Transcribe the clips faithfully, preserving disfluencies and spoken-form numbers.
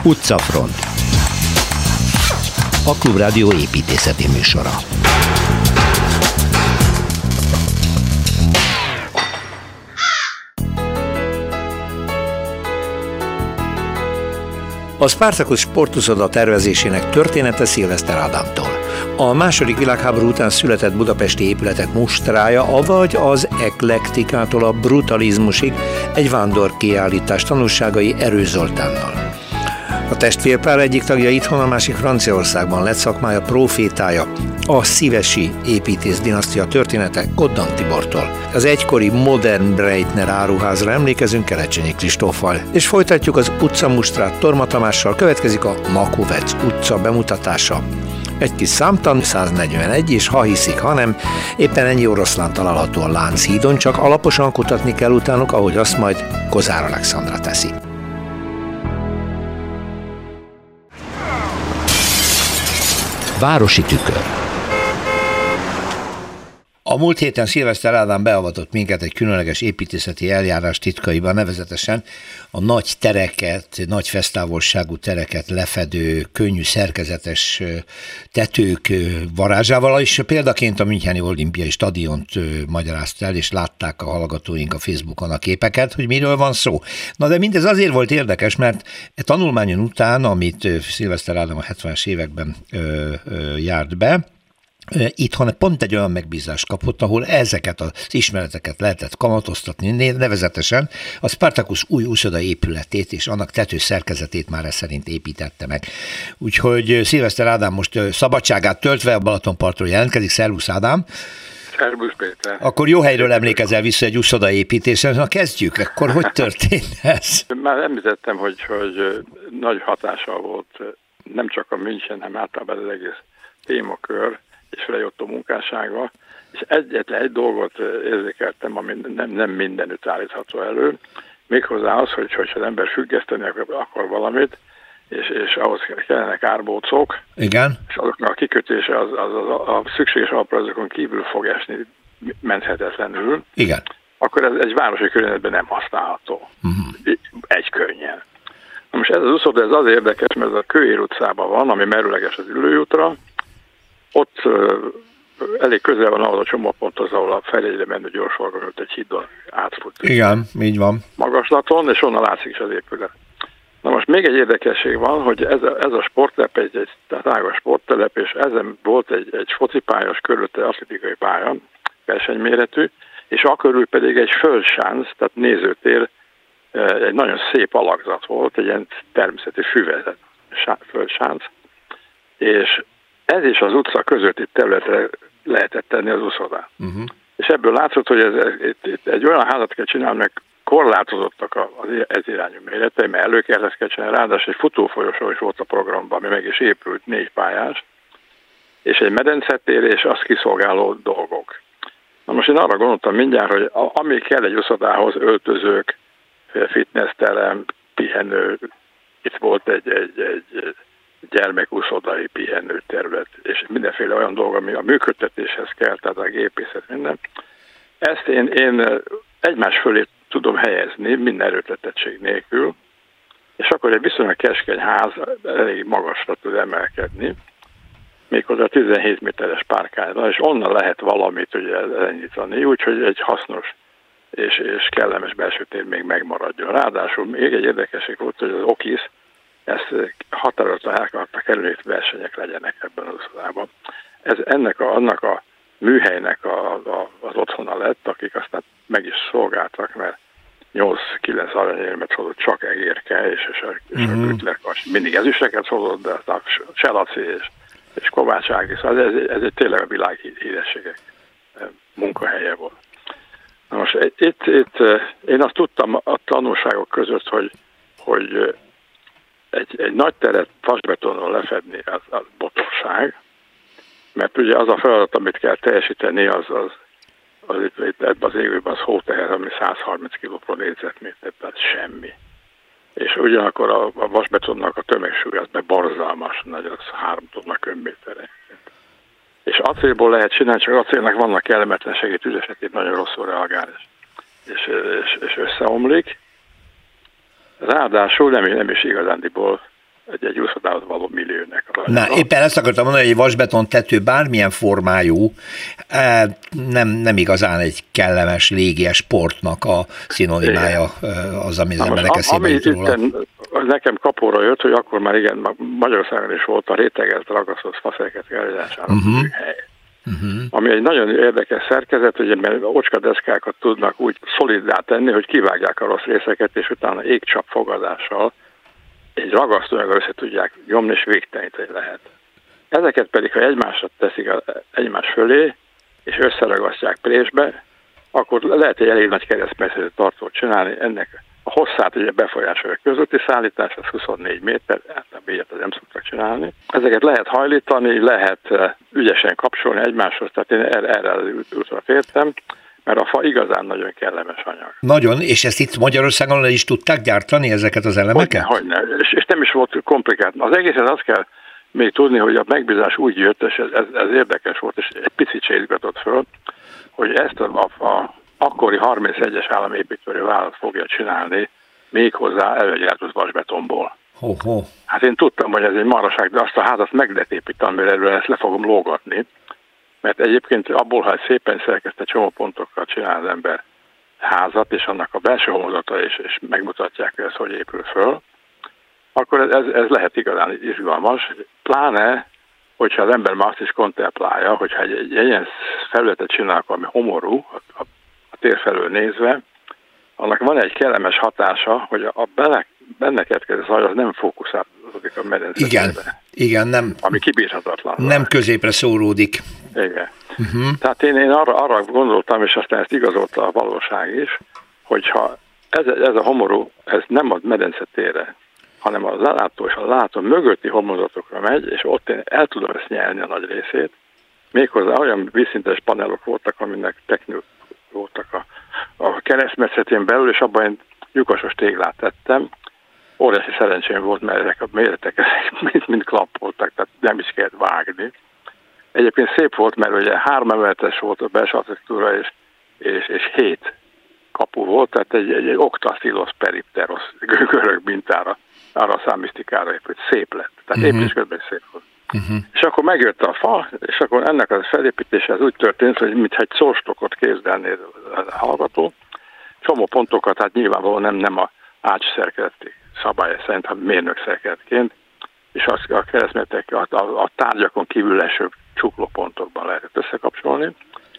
Utcafront, a Klubrádió építészeti műsora. A Spartacus sportuszoda tervezésének története Szilveszter Ádámtól. A második világháború után született budapesti épületek mustrája, avagy az eklektikától a brutalizmusig egy vándorkiállítás tanulságai Erő Zoltánnal. A testvérpár egyik tagja itthon, a másik Franciaországban lett szakmája profétája, a szívesi építész dinasztia története Goddan Tibortól. Az egykori modern Breitner áruházra emlékezünk Kelecsényi Kristóffal, és folytatjuk az utcamustrát Torma Tamással, következik a Makovec utca bemutatása. Egy kis számtan, száznegyvenegy, és ha hiszik, hanem éppen ennyi oroszlán található a Lánchídon, csak alaposan kutatni kell utánuk, ahogy azt majd Kozár Alexandra teszi. Városi tükör. A múlt héten Szilveszter Ádám beavatott minket egy különleges építészeti eljárás titkaiban, nevezetesen a nagy tereket, nagy fesztávolságú tereket lefedő, könnyű szerkezetes tetők varázsával, és példaként a Müncheni Olimpiai Stadiont magyarázta el, és látták a hallgatóink a Facebookon a képeket, hogy miről van szó. Na de mindez azért volt érdekes, mert a tanulmányon után, amit Szilveszter Ádám a hetvenes években ö, ö, járt be, itthon pont egy olyan megbízást kapott, ahol ezeket az ismereteket lehetett kamatoztatni, nevezetesen a Spartacus új úszoda épületét és annak tető szerkezetét már ez szerint építette meg. Úgyhogy Szilveszter Ádám most szabadságát töltve a Balatonpartról jelentkezik. Szervusz Ádám! Szervusz Péter! Akkor jó helyről emlékezel vissza egy úszoda építésre. Na kezdjük, akkor hogy történt ez? Már említettem, hogy, hogy nagy hatással volt nem csak a München, hanem általában az egész témakör és Frejotto munkássága, és egyetlen egy dolgot érzékeltem, ami nem, nem mindenütt állítható elő, méghozzá az, hogy ha az ember függeszteni akar valamit, és, és ahhoz kellenek árbócok, igen, és azoknak a kikötése az, az, az a, a szükséges alaprazokon kívül fog esni menthetetlenül, igen, akkor ez egy városi környezetben nem használható. Uh-huh. Egy könnyen. Na most ez az úszoda, ez az érdekes, mert ez a Kőér utcában van, ami merőleges az Ülőútra. Ott uh, elég közel van ahhoz a csomóponthoz, ahol a felére menő gyorsforgalmat egy hídon átfut. Igen, így van. Magaslaton, és onnan látszik is az épület. Na most még egy érdekesség van, hogy ez a, ez a sporttelep egy, egy tágas sporttelep, és ezen volt egy, egy focipályas körülötte atlétikai pálya, versenyméretű, és akörül pedig egy földsánc, tehát nézőtér, egy nagyon szép alakzat volt, egy ilyen természeti füvezet földsánc, és ez is az utca közötti területre lehetett tenni az úszodát. Uh-huh. És ebből látszott, hogy ez, itt, itt egy olyan házat kell csinálni, meg korlátozottak az ez irányú méretei, mert előkeresztketten, ráadásul egy futófolyosó is volt a programban, ami meg is épült, négy pályás, és egy medencetér és azt kiszolgáló dolgok. Na most én arra gondoltam mindjárt, hogy ami kell egy úszodához, öltözők, fitnessterem, pihenő, itt volt egy, egy, egy gyermekúszodai pihenő terület, és mindenféle olyan dolog, ami a működtetéshez kell, tehát a gépészet, minden. Ezt én, én egymás fölé tudom helyezni, minden erőltetettség nélkül, és akkor egy viszonylag keskeny ház elég magasra tud emelkedni, méghozzá tizenhét méteres párkányra, és onnan lehet valamit ugye elindítani, úgyhogy egy hasznos és, és kellemes belső tér még megmaradjon. Ráadásul még egy érdekesség volt, hogy az Okis ezt határozottan el akartak kerülni, hogy versenyek legyenek ebben az úszodában. Ez ennek a, annak a műhelynek a, a, az otthona lett, akik aztán meg is szolgáltak, mert nyolc-kilenc aranyérmet hozott csak Egérke, és, és a, uh-huh. a Gütler mindig ezüsteket hozott, de a Cselaci és, és Kovács Ági, szóval ez, ez egy tényleg a világ hírességek munkahelye volt. Na most itt, itt én azt tudtam a tanulságok között, hogy, hogy egy, egy nagy teret vasbetonról lefedni az, az botorság, mert ugye az a feladat, amit kell teljesíteni, az, az, az itt, itt ebben az égőben az hóteher, ami száz harminc kiló per négyzetméter, tehát semmi. És ugyanakkor a, a vasbetonnak a tömegsúly az meg borzalmas, nagy, az három tonna köbméterre. És acélból lehet csinálni, csak acélnak vannak kellemetlenségét, tüzesetét nagyon rosszul reagál, és, és, és összeomlik. Ráadásul nem, nem is igazándiból egy-egy úszodához való milliónek. Na, éppen ezt akartam mondani, hogy egy vasbeton tető bármilyen formájú, nem, nem igazán egy kellemes, légies sportnak a szinonimája az, ami az emberek eszébe jut róla. Nekem kapóra jött, hogy akkor már igen, Magyarországon is volt a rétegelt ragasztott faszeket eljárására uh-huh. hely. Uh-huh. Ami egy nagyon érdekes szerkezet, hogy mert ocskadeszkákat tudnak úgy szoliddá tenni, hogy kivágják a rossz részeket, és utána égcsap fogadással egy ragasztóanyaggal össze tudják nyomni, és végteleníteni lehet. Ezeket pedig, ha egymásra teszik egymás fölé, és összeragasztják présbe, akkor lehet egy elég nagy keresztmetszetű tartót csinálni. Ennek a hosszát ugye befolyásolja a közúti szállítás, az huszonnégy méter, általában ilyet nem szoktak csinálni. Ezeket lehet hajlítani, lehet ügyesen kapcsolni egymáshoz, tehát én erre, erre az útra fértem, mert a fa igazán nagyon kellemes anyag. Nagyon, és ezt itt Magyarországon is tudták gyártani, ezeket az elemeket? Hogyne, hogyne. És, és nem is volt komplikált. Az egészet azt kell még tudni, hogy a megbízás úgy jött, és ez, ez, ez érdekes volt, és egy picit sétgatott föl, hogy ezt a, a, a akkori harmincegyes államépítői vállalat fogja csinálni, méghozzá előgyártott vasbetonból. Ho, ho. Hát én tudtam, hogy ez egy maraság, de azt a házat meg lehet építeni, mert erről ezt le fogom lógatni, mert egyébként abból, ha szépen szerkezte csomópontokkal csinál az ember házat, és annak a belső homlokzata is, és megmutatják, hogy ez hogy épül föl, akkor ez, ez lehet igazán izgalmas, pláne, hogyha az ember már azt is kontemplálja, hogyha egy, egy ilyen felületet csinálnak, ami homorú, a, a tér felől nézve, annak van egy kellemes hatása, hogy a benne, benne keletkező zaj az nem fókuszálódik a medencébe. Igen, igen, nem. Ami kibírhatatlan. Nem középre szóródik. Igen. Uh-huh. Tehát én, én arra, arra gondoltam, és aztán ezt igazolta a valóság is, hogyha ez, ez a homorú, ez nem a medencetére, hanem a lelátó és a lelátó mögötti homlokzatokra megy, és ott én el tudom ezt nyelni a nagy részét. Méghozzá olyan vízszintes panelok voltak, aminek technik voltak a, a keresztmetszetén belül, és abban én lyukasos téglát tettem. Óriási szerencsém volt, mert ezek a méretek mind, mind klappoltak, tehát nem is kellett vágni. Egyébként szép volt, mert ugye három emeletes volt a belső architektúra, és, és, és hét kapu volt, tehát egy, egy, egy oktaszilos peripteros görög mintára, arra a számisztikára épült. Szép lett. Tehát uh-huh. építés közben szép volt. Uh-huh. És akkor megjött a fa, és akkor ennek a felépítése az úgy történt, hogy mintha egy szóstokot képzelné a hallgató. Csomó pontokat, hát nyilvánvalóan nem, nem a ács szerkezeti szabály szerint, hanem mérnök szerkezetként, és az, a keresztmetszetek a, a, a tárgyakon kívül eső csuklópontokban lehetett összekapcsolni,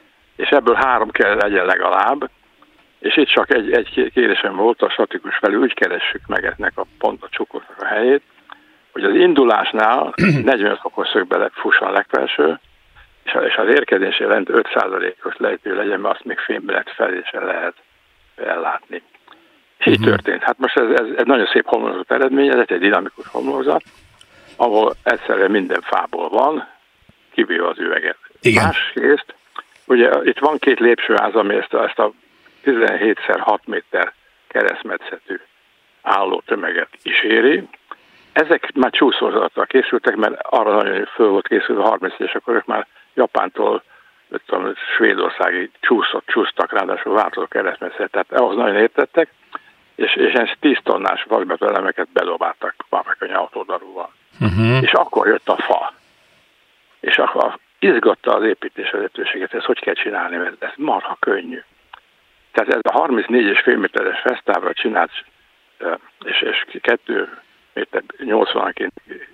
és ebből három kell legyen legalább, és itt csak egy, egy kérésem volt, a statikus felül úgy keressük meg ennek a pont a csuklóknak a helyét, hogy az indulásnál negyven fokos szögbe fusson a legfelső, és az érkezés jelent öt százalékos lejtő legyen, mert azt még fémbelet felésen lehet ellátni. És így történt. Hát most ez, ez egy nagyon szép homlokzat eredmény, ez egy dinamikus homlokzat, ahol egyszerűen minden fából van, kivéve az üveget. Igen. Másrészt, ugye itt van két lépcsőház, ami ezt a, ezt a tizenhét szer hat méter keresztmetszetű álló tömeget is éri. Ezek már csúszózattal készültek, mert arra nagyon föl volt készülve a harmincas, akkor ők már Japántól, tudom, Svédországig csúszott, csúsztak, ráadásul változó keresztmetszet, tehát ahhoz nagyon értettek, és, és ez tíz tonnás vasbeton elemeket bedobáltak valamelyik autódarúval. Uh-huh. És akkor jött a fa. És akkor izgatta az építés vezetőséget, ezt hogy kell csinálni, mert ez marha könnyű. Tehát ez a harmincnégy és fél méteres fesztávra csinált, és, és kettő méter nyolcvanként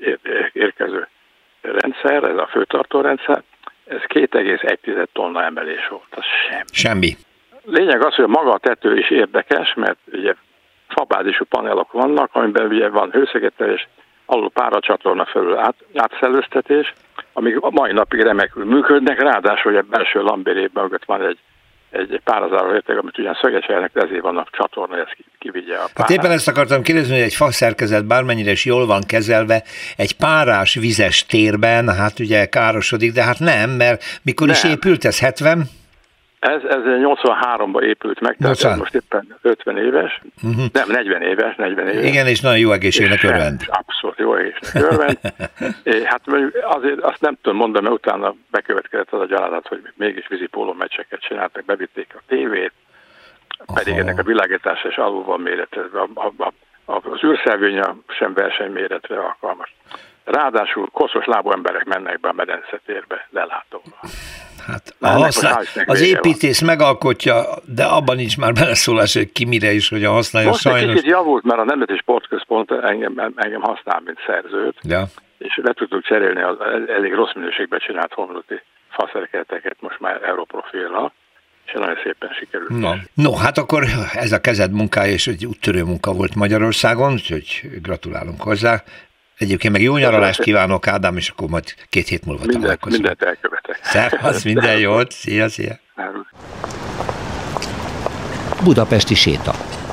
érkező rendszer, ez a főtartórendszer, ez két egész egy tonna emelés volt, az semmi. Semmi. Lényeg az, hogy maga a tető is érdekes, mert ugye fabázisú panelok vannak, amiben ugye van hőszigetelés, alul páracsatorna felül át, átszellőztetés, amik a mai napig remekül működnek, ráadásul ugye belső lambérében mögött van egy egy párazáró réteg, amit ugyan szögecselnek, de ezért vannak csatorna, ez kivigye a párát. Hát éppen ezt akartam kérdezni, hogy egy faszerkezet bármennyire is jól van kezelve, egy párás vizes térben, hát ugye károsodik, de hát nem, mert mikor nem. is épült ez, hetven? Ez, ez nyolcvanháromban épült meg, tehát ez most éppen ötven éves, uh-huh. nem, negyven éves, negyven éves. Igen, és nagyon jó egészségnek örvend. Abszolút jó egészségnek örvend. Hát azért azt nem tudom mondani, mert utána bekövetkezett az a gyaládat, hogy mégis vízipóló meccseket csináltak, bevitték a tévét, Aha. pedig ennek a világítása és alul van méretezve, a, a, a az űrszelvénya sem versenyméretre alkalmas. Ráadásul koszos lábú emberek mennek be a medencetérbe lelátóval. Hát a használ, az építész van. Megalkotja, de abban nincs már beleszólás, hogy ki mire is, hogy a használja. Most sajnos. egy kicsit javult, mert a Nemzeti Sportközpont engem, engem használ, mint szerzőt, ja. és le tudtuk cserélni az elég rossz minőségben csinált homlokzati faszerkeleteket most már Europrofillal, és nagyon szépen sikerült. No. no, hát akkor ez a kezed munkája, és egy úttörő munka volt Magyarországon, úgyhogy gratulálunk hozzá. Egyébként meg jó nyaralást kívánok, Ádám, és akkor majd két hét múlva mindent, találkozunk. Mindent elkövetek. Szervusz, minden jót, szia, szia. Budapesti séta.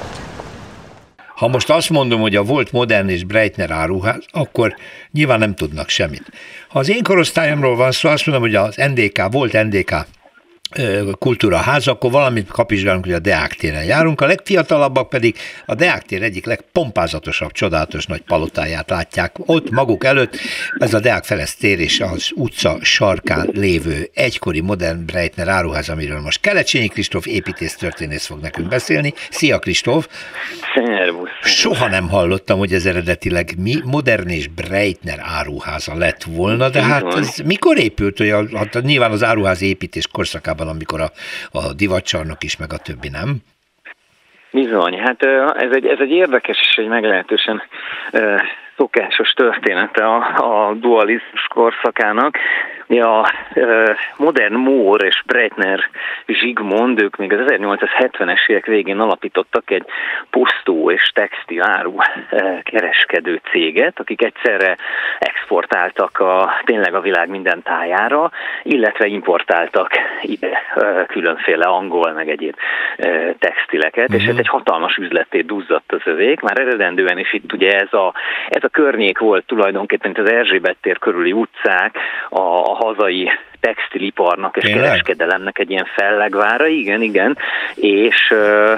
Ha most azt mondom, hogy a volt Modern és Breitner áruház, akkor nyilván nem tudnak semmit. Ha az én korosztályomról van szó, azt mondom, hogy az en dé ká, volt en dé ká kultúraház, akkor valamit kapizsgálunk, hogy a Deák téren járunk, a legfiatalabbak pedig a Deák tér egyik legpompázatosabb, csodálatos nagy palotáját látják ott maguk előtt. Ez a Deák Ferenc tér és az utca sarkán lévő egykori modern Breitner áruház, amiről most Kelecsényi Kristóf építésztörténész fog nekünk beszélni. Szia, Kristóf! Szervusz! Soha nem hallottam, hogy ez eredetileg mi modern és Breitner áruháza lett volna, de hát ez mikor épült, hogy a, hát nyilván az áruház építés korszakában, amikor a, a divatcsarnok is, meg a többi, nem? Bizony, hát ez egy, ez egy érdekes és egy meglehetősen uh, szokásos története a, a dualizmus korszakának. A uh, modern Mór és Breitner Zsigmond, ők még az ezernyolcszázhetvenes évek végén alapítottak egy posztó és textil áru uh, kereskedő céget, akik egyszerre exportáltak a, tényleg a világ minden tájára, illetve importáltak ide uh, különféle angol meg egyéb uh, textileket, uh-huh. és ez egy hatalmas üzletté duzzadt az övék. Már eredendően is itt ugye ez a, ez a környék volt tulajdonképpen az Erzsébet tér körüli utcák, a, a hazai textiliparnak és Tényleg? kereskedelemnek egy ilyen fellegvára, igen, igen, és,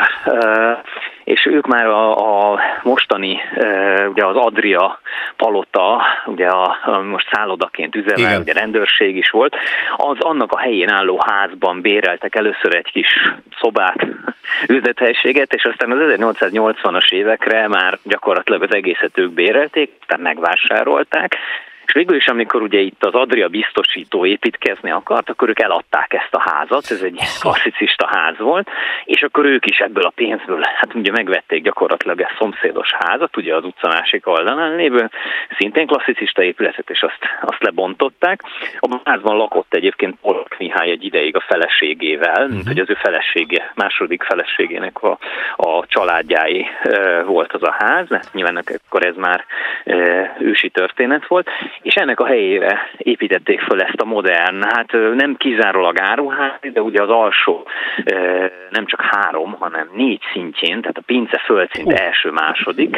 és ők már a, a mostani, ugye az Adria palota, ugye a, a most szállodaként üzemel, ugye rendőrség is volt, az annak a helyén álló házban béreltek először egy kis szobát, üzlethelyiséget, és aztán az ezernyolcszáznyolcvanas évekre már gyakorlatilag az egészet ők bérelték, aztán megvásárolták, és végül is, amikor ugye itt az Adria biztosító építkezni akart, akkor ők eladták ezt a házat, ez egy klasszicista ház volt, és akkor ők is ebből a pénzből, hát ugye megvették gyakorlatilag ezt szomszédos házat, ugye az utca másik oldalán lévő, szintén klasszicista épületet, és azt, azt lebontották. A házban lakott egyébként Polak Mihály egy ideig a feleségével, mint uh-huh. hogy az ő felesége, második feleségének a, a családjáé e, volt az a ház, mert nyilván akkor ez már e, ősi történet volt, és ennek a helyére építették föl ezt a modern, hát nem kizárólag áruház, de ugye az alsó nem csak három, hanem négy szintjén, tehát a pince földszint uh. első-második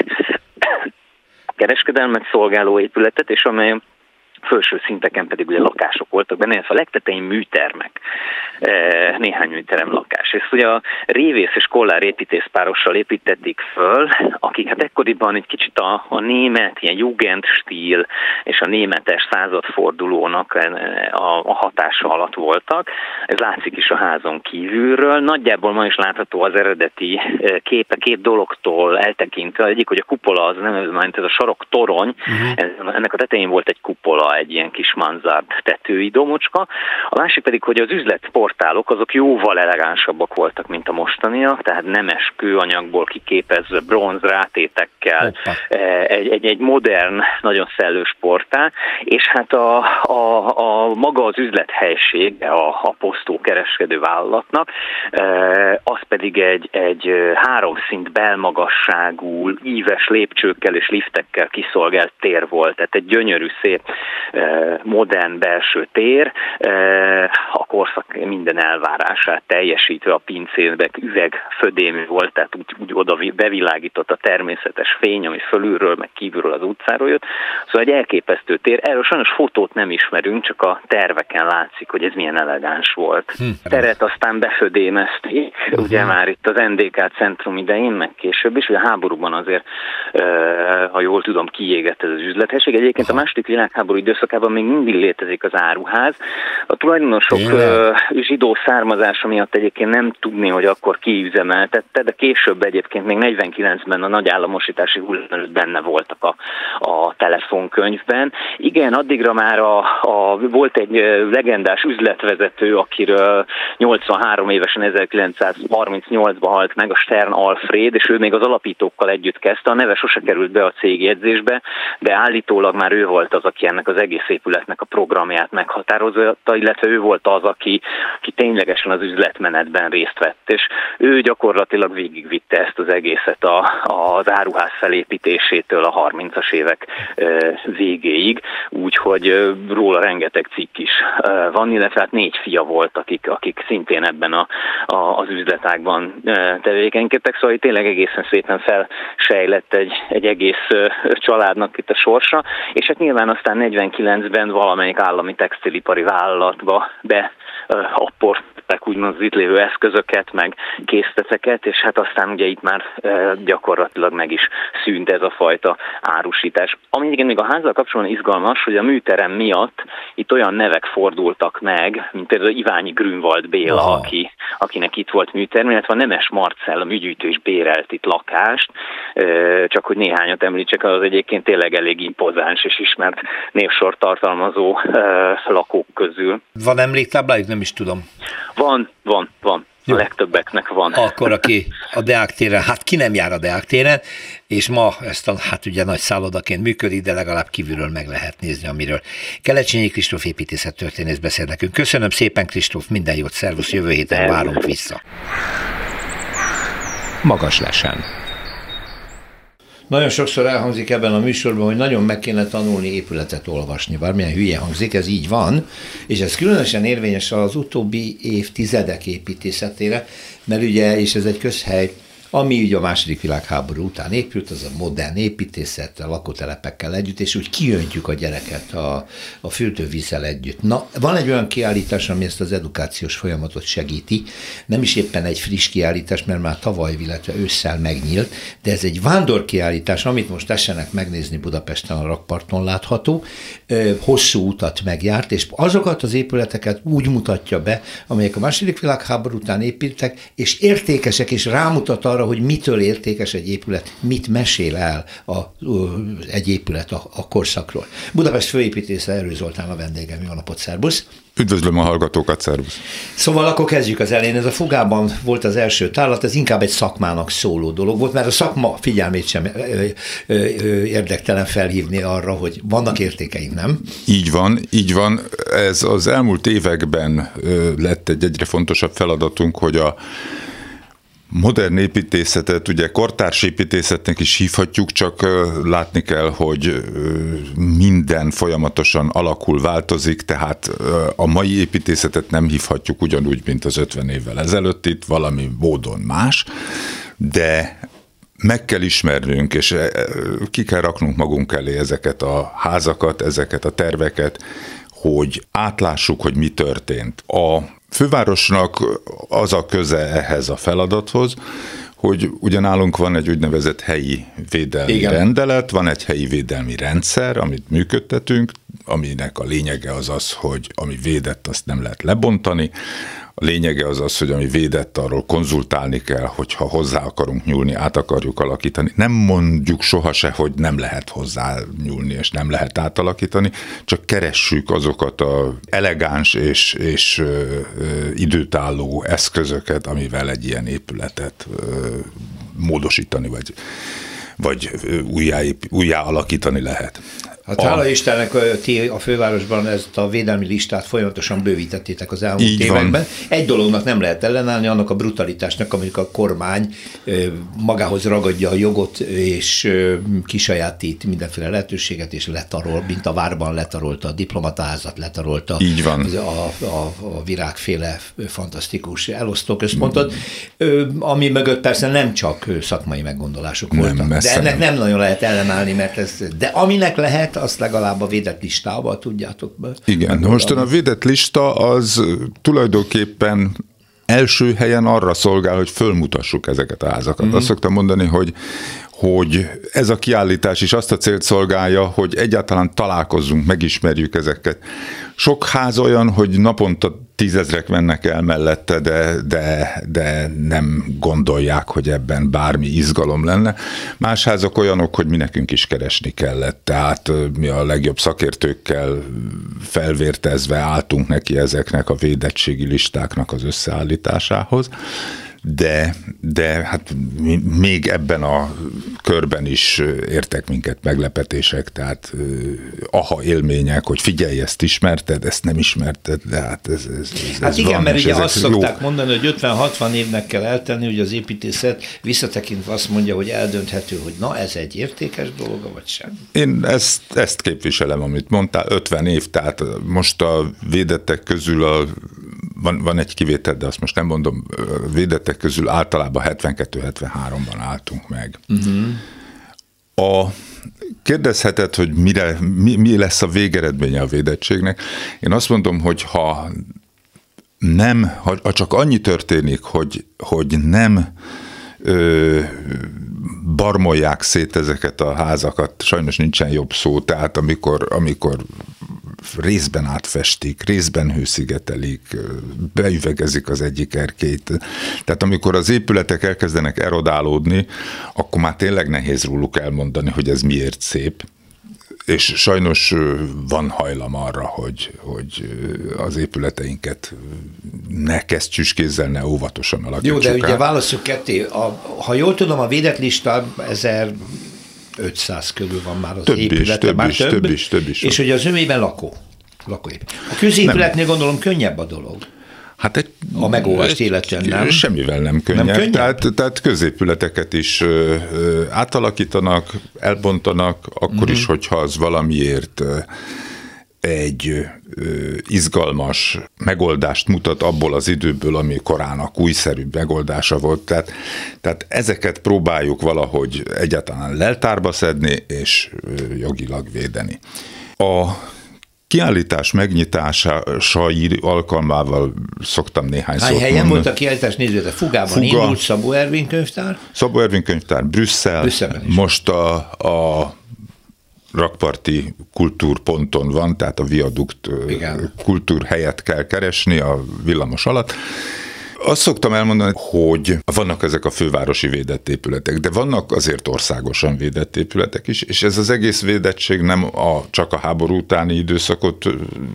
kereskedelmet szolgáló épületet, és amely felső szinteken pedig ugye lakások voltak benne, ez a legtetején műtermek, néhány műterem lakás. Ezt ugye a Révész és Kollár építészpárossal építették föl, akik hát ekkoriban egy kicsit a, a német, ilyen Jugendstil és a németes századfordulónak a, a hatása alatt voltak. Ez látszik is a házon kívülről. Nagyjából ma is látható az eredeti képe, két dologtól eltekintve. Egyik, hogy a kupola az nem, ez a sarok torony, uh-huh. ennek a tetején volt egy kupola, egy ilyen kis manzárd tetői domocska. A másik pedig, hogy az üzletportálok azok jóval elegánsabbak voltak, mint a mostaniak, tehát nemes kőanyagból kiképezve bronz rátétekkel, egy, egy, egy modern, nagyon szellős portál, és hát a, a, a maga az üzlethelység a, a posztó kereskedő vállalatnak, az pedig egy, egy három szint belmagasságú, íves lépcsőkkel és liftekkel kiszolgált tér volt, tehát egy gyönyörű, szép modern belső tér, a korszak minden elvárását teljesítve, a pincének üvegfödémű volt, tehát úgy, úgy oda bevilágított a természetes fény, ami fölülről, meg kívülről az utcáról jött. Szóval egy elképesztő tér. Erről sajnos fotót nem ismerünk, csak a terveken látszik, hogy ez milyen elegáns volt. Hm. Teret aztán befödémezték, uh-huh. ugye már itt az en dé ká centrum idején, meg később is, hogy a háborúban azért, ha jól tudom, kiégett ez az üzlethelység. Egyébként uh-huh. a második világháború időszakában még mindig létezik az áruház. A tulajdonosok uh, zsidó származása miatt egyébként nem tudni, hogy akkor ki üzemeltette, de később egyébként még negyvenkilencben a nagy államosítási hullám benne voltak a, a telefonkönyvben. Igen, addigra már a, a, volt egy legendás üzletvezető, akiről nyolcvanhárom évesen ezerkilencszázharmincnyolcban halt meg, a Stern Alfred, és ő még az alapítókkal együtt kezdte. A neve sose került be a cégjegyzésbe, de állítólag már ő volt az, aki ennek az egész épületnek a programját meghatározta, illetve ő volt az, aki, aki ténylegesen az üzletmenetben részt vett, és ő gyakorlatilag végigvitte ezt az egészet a, az áruház felépítésétől a harmincas évek végéig, úgyhogy róla rengeteg cikk is van, illetve hát négy fia volt, akik, akik szintén ebben a, a, az üzletágban tevékenykedtek, szóval tényleg egészen szépen felsejlett egy, egy egész családnak itt a sorsa, és hát nyilván aztán negyvenkilencben valamelyik állami textilipari vállalatba be apportották úgymond az itt lévő eszközöket, meg készleteket, és hát aztán ugye itt már gyakorlatilag meg is szűnt ez a fajta árusítás. Ami igen még a házzal kapcsolatban izgalmas, hogy a műterem miatt itt olyan nevek fordultak meg, mint például Iványi Grünwald Béla, aki, akinek itt volt műterem, illetve a Nemes Marcell, a műgyűjtő is bérelt itt lakást, csak hogy néhányat említsek, az egyébként tényleg elég impozáns és ismert névsort tartalmazó lakók közül. Van emléktáblájuk? Nem is tudom. Van, van, van. Jó. A legtöbbeknek van. Akkor aki a Deák téren, hát ki nem jár a Deák téren, és ma ezt a, hát ugye nagy szállodaként működik, de legalább kívülről meg lehet nézni, amiről Kelecsényi Kristóf építészettörténész beszél nekünk. Köszönöm szépen, Kristóf, minden jót, szervusz, jövő héten várunk vissza. Magas lesen. Nagyon sokszor elhangzik ebben a műsorban, hogy nagyon meg kéne tanulni épületet olvasni. Bármilyen hülye hangzik, ez így van, és ez különösen érvényes az utóbbi évtizedek építészetére, mert ugye, és ez egy közhely, ami ugye a második világháború után épült, az a modern építészet, a lakótelepekkel együtt, és úgy kiöntjük a gyereket a, a fürdővízzel együtt. Na, van egy olyan kiállítás, ami ezt az edukációs folyamatot segíti, nem is éppen egy friss kiállítás, mert már tavaly, illetve ősszel megnyílt, de ez egy vándorkiállítás, amit most tessenek megnézni Budapesten, a rakparton látható, hosszú utat megjárt, és azokat az épületeket úgy mutatja be, amelyek a második világháború után épültek, és értékesek, és rámutat arra, hogy mitől értékes egy épület, mit mesél el a, egy épület a, a korszakról. Budapest főépítésze Erő Zoltán a vendégem, jó napot, szervusz! Üdvözlöm a hallgatókat, szervusz! Szóval akkor kezdjük az elején. Ez a Fugában volt az első tárlat, ez inkább egy szakmának szóló dolog volt, mert a szakma figyelmét sem ö, ö, ö, érdektelen felhívni arra, hogy vannak értékeink, nem? Így van, így van. Ez az elmúlt években lett egy egyre fontosabb feladatunk, hogy a modern építészetet, ugye kortárs építészetnek is hívhatjuk, csak látni kell, hogy minden folyamatosan alakul, változik, tehát a mai építészetet nem hívhatjuk ugyanúgy, mint az ötven évvel ezelőtt, itt valami módon más, de meg kell ismernünk, és ki kell raknunk magunk elé ezeket a házakat, ezeket a terveket, hogy átlássuk, hogy mi történt. A fővárosnak az a köze ehhez a feladathoz, hogy ugyanálunk van egy úgynevezett helyi védelmi Igen. rendelet, van egy helyi védelmi rendszer, amit működtetünk, aminek a lényege az az, hogy ami védett, azt nem lehet lebontani. A lényege az az, hogy ami védett, arról konzultálni kell, hogyha hozzá akarunk nyúlni, át akarjuk alakítani. Nem mondjuk soha se, hogy nem lehet hozzá nyúlni, és nem lehet átalakítani, csak keressük azokat az elegáns és, és ö, ö, időtálló eszközöket, amivel egy ilyen épületet ö, módosítani, vagy, vagy újjá, újjá alakítani lehet. Hát hála a... Istennek, ti a fővárosban ezt a védelmi listát folyamatosan bővítettétek az elmúlt Így években. Van. Egy dolognak nem lehet ellenállni, annak a brutalitásnak, amikor a kormány magához ragadja a jogot, és kisajátít mindenféle lehetőséget, és letarol, mint a várban letarolta a diplomataházat, letarolta Így van. A, a, a virágféle fantasztikus elosztóközpontot, mm. ami mögött persze nem csak szakmai meggondolások nem, voltak. De ennek nem. nem nagyon lehet ellenállni, mert ez, de aminek lehet, azt legalább a védett listával tudjátok be. Igen, most a védett lista az tulajdonképpen első helyen arra szolgál, hogy fölmutassuk ezeket a házakat. Mm-hmm. Azt szoktam mondani, hogy, hogy ez a kiállítás is azt a célt szolgálja, hogy egyáltalán találkozzunk, megismerjük ezeket. Sok ház olyan, hogy naponta tízezrek mennek el mellette, de, de, de nem gondolják, hogy ebben bármi izgalom lenne. Más házak olyanok, hogy mi nekünk is keresni kellett, tehát mi a legjobb szakértőkkel felvértezve álltunk neki ezeknek a védettségi listáknak az összeállításához. De, de hát még ebben a körben is értek minket meglepetések, tehát aha élmények, hogy figyelj, ezt ismerted, ezt nem ismerted, de hát ez, ez, ez Hát ez igen, van, mert ugye azt jó. szokták mondani, hogy ötven-hatvan évnek kell eltenni, hogy az építészet visszatekintve azt mondja, hogy eldönthető, hogy na ez egy értékes dolog, vagy sem. Én ezt, ezt képviselem, amit mondtál, ötven év, tehát most a védettek közül a Van, van egy kivétel, de azt most nem mondom, védettek közül általában hetvenkettő-hetvenháromban álltunk meg. Uh-huh. A, kérdezheted, hogy mire, mi, mi lesz a végeredménye a védettségnek. Én azt mondom, hogy ha nem, ha, ha csak annyi történik, hogy, hogy nem ö, barmolják szét ezeket a házakat, sajnos nincsen jobb szó, tehát amikor, amikor részben átfestik, részben hőszigetelik, beüvegezik az egyik erkélyt. Tehát amikor az épületek elkezdenek erodálódni, akkor már tényleg nehéz róluk elmondani, hogy ez miért szép. És sajnos van hajlam arra, hogy, hogy az épületeinket ne kesztyűskézzel, ne óvatosan alakítsuk. Jó, de ugye válasszuk ketté. A, ha jól tudom, a védett lista ezerötszáz körül van már az több épülete. Is, több, már is, több, több is, több is. És hogy az övében lakó. lakóépület. A középületnél gondolom könnyebb a dolog. Hát egy, a megolvást illetően nem. Semmivel nem könnyebb. Nem könnyebb? Tehát, tehát középületeket is ö, ö, átalakítanak, elbontanak, akkor uh-huh. is, hogyha az valamiért ö, egy ö, izgalmas megoldást mutat abból az időből, ami korának újszerű megoldása volt. Tehát, tehát ezeket próbáljuk valahogy egyáltalán leltárba szedni, és ö, jogilag védeni. A kiállítás megnyitásai alkalmával szoktam néhány szót mondani. Hány helyen volt a kiállítás? Nézzétek, Fugában Fuga, indult, Szabó Ervin könyvtár. Szabó Ervin könyvtár, Brüsszel, most a, a rakparti kultúrponton van, tehát a viadukt Igen. kultúr helyet kell keresni a villamos alatt. Azt szoktam elmondani, hogy vannak ezek a fővárosi védett épületek, de vannak azért országosan védett épületek is, és ez az egész védettség nem a, csak a háború utáni időszakot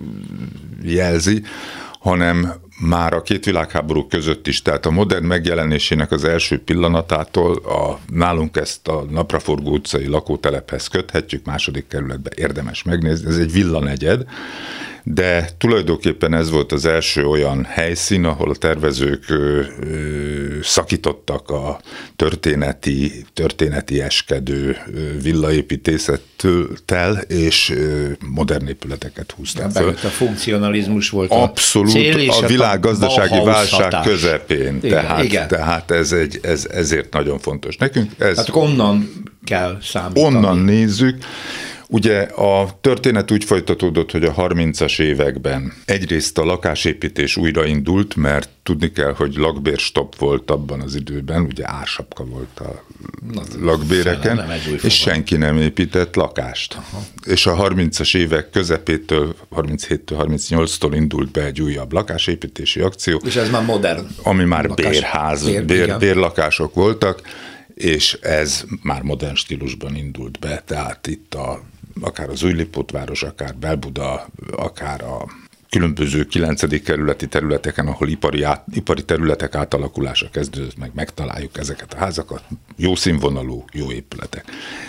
jelzi, hanem már a két világháború között is, tehát a modern megjelenésének az első pillanatától a, nálunk ezt a Napraforgó utcai lakótelephez köthetjük, második kerületben érdemes megnézni, ez egy villanegyed, de tulajdonképpen ez volt az első olyan helyszín, ahol a tervezők ö, ö, szakítottak a történeti, történeti eskedő villaépítészettel, és ö, modern épületeket húztak föl. A funkcionalizmus volt Abszolút, a cél, és a világgazdasági válság hatás. közepén. Igen, tehát, igen. tehát ez, egy, ez ezért nagyon fontos nekünk. Ez hát onnan kell számítani. Onnan nézzük. Ugye a történet úgy folytatódott, hogy a harmincas években egyrészt a lakásépítés újraindult, mert tudni kell, hogy lakbérstopp volt abban az időben, ugye ársapka volt a Na, lakbéreken, nem, nem és senki nem épített lakást. Aha. És a harmincas évek közepétől, harminchéttől harmincnyolctól indult be egy újabb lakásépítési akció. És ez már modern. Ami már lakás, bérház, bér, bér, bérlakások voltak, és ez már modern stílusban indult be, tehát itt a akár az Újlipótváros, akár Belbuda, akár a különböző kilencedik kerületi területeken, ahol ipari, át, ipari területek átalakulása kezdődött, meg megtaláljuk ezeket a házakat, jó színvonalú, jó épületek.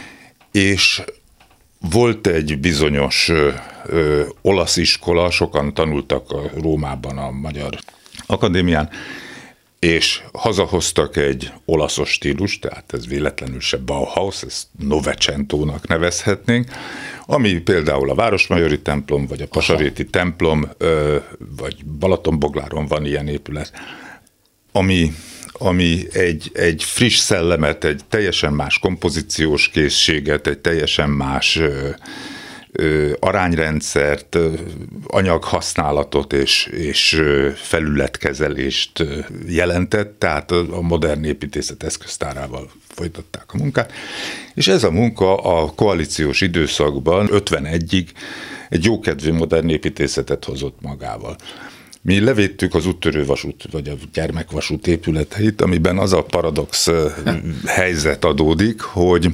És volt egy bizonyos ö, ö, olasz iskola, sokan tanultak a Rómában a Magyar Akadémián, és hazahoztak egy olaszos stílus, tehát ez véletlenül se Bauhaus, ezt Novecentónak nevezhetnénk, ami például a Városmajori templom, vagy a Pasaréti Aha. templom, vagy Balatonbogláron van ilyen épület, ami, ami egy, egy friss szellemet, egy teljesen más kompozíciós készséget, egy teljesen más arányrendszert, anyaghasználatot és, és felületkezelést jelentett, tehát a modern építészet eszköztárával folytatták a munkát, és ez a munka a koalíciós időszakban ötvenegyig egy jókedvű modern építészetet hozott magával. Mi levédtük az úttörővasút, vagy a gyermekvasút épületeit, amiben az a paradox helyzet adódik, hogy,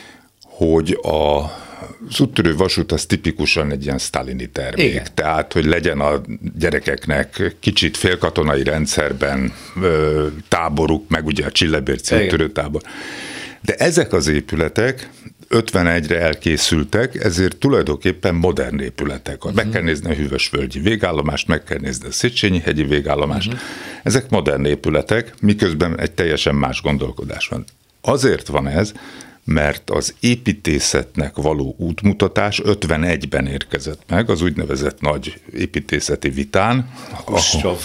hogy a az úttörő vasút az tipikusan egy ilyen sztálini termék. Igen. Tehát, hogy legyen a gyerekeknek kicsit félkatonai rendszerben ö, táboruk, meg ugye a Csillebérci úttörőtábor. De ezek az épületek ötvenegyre elkészültek, ezért tulajdonképpen modern épületek. Uh-huh. Meg kell nézni a Hűvösvölgyi végállomást, meg kell nézni a Széchenyi-hegyi végállomást. Uh-huh. Ezek modern épületek, miközben egy teljesen más gondolkodás van. Azért van ez, mert az építészetnek való útmutatás ötvenegyben érkezett meg, az úgynevezett nagy építészeti vitán. Kuscsov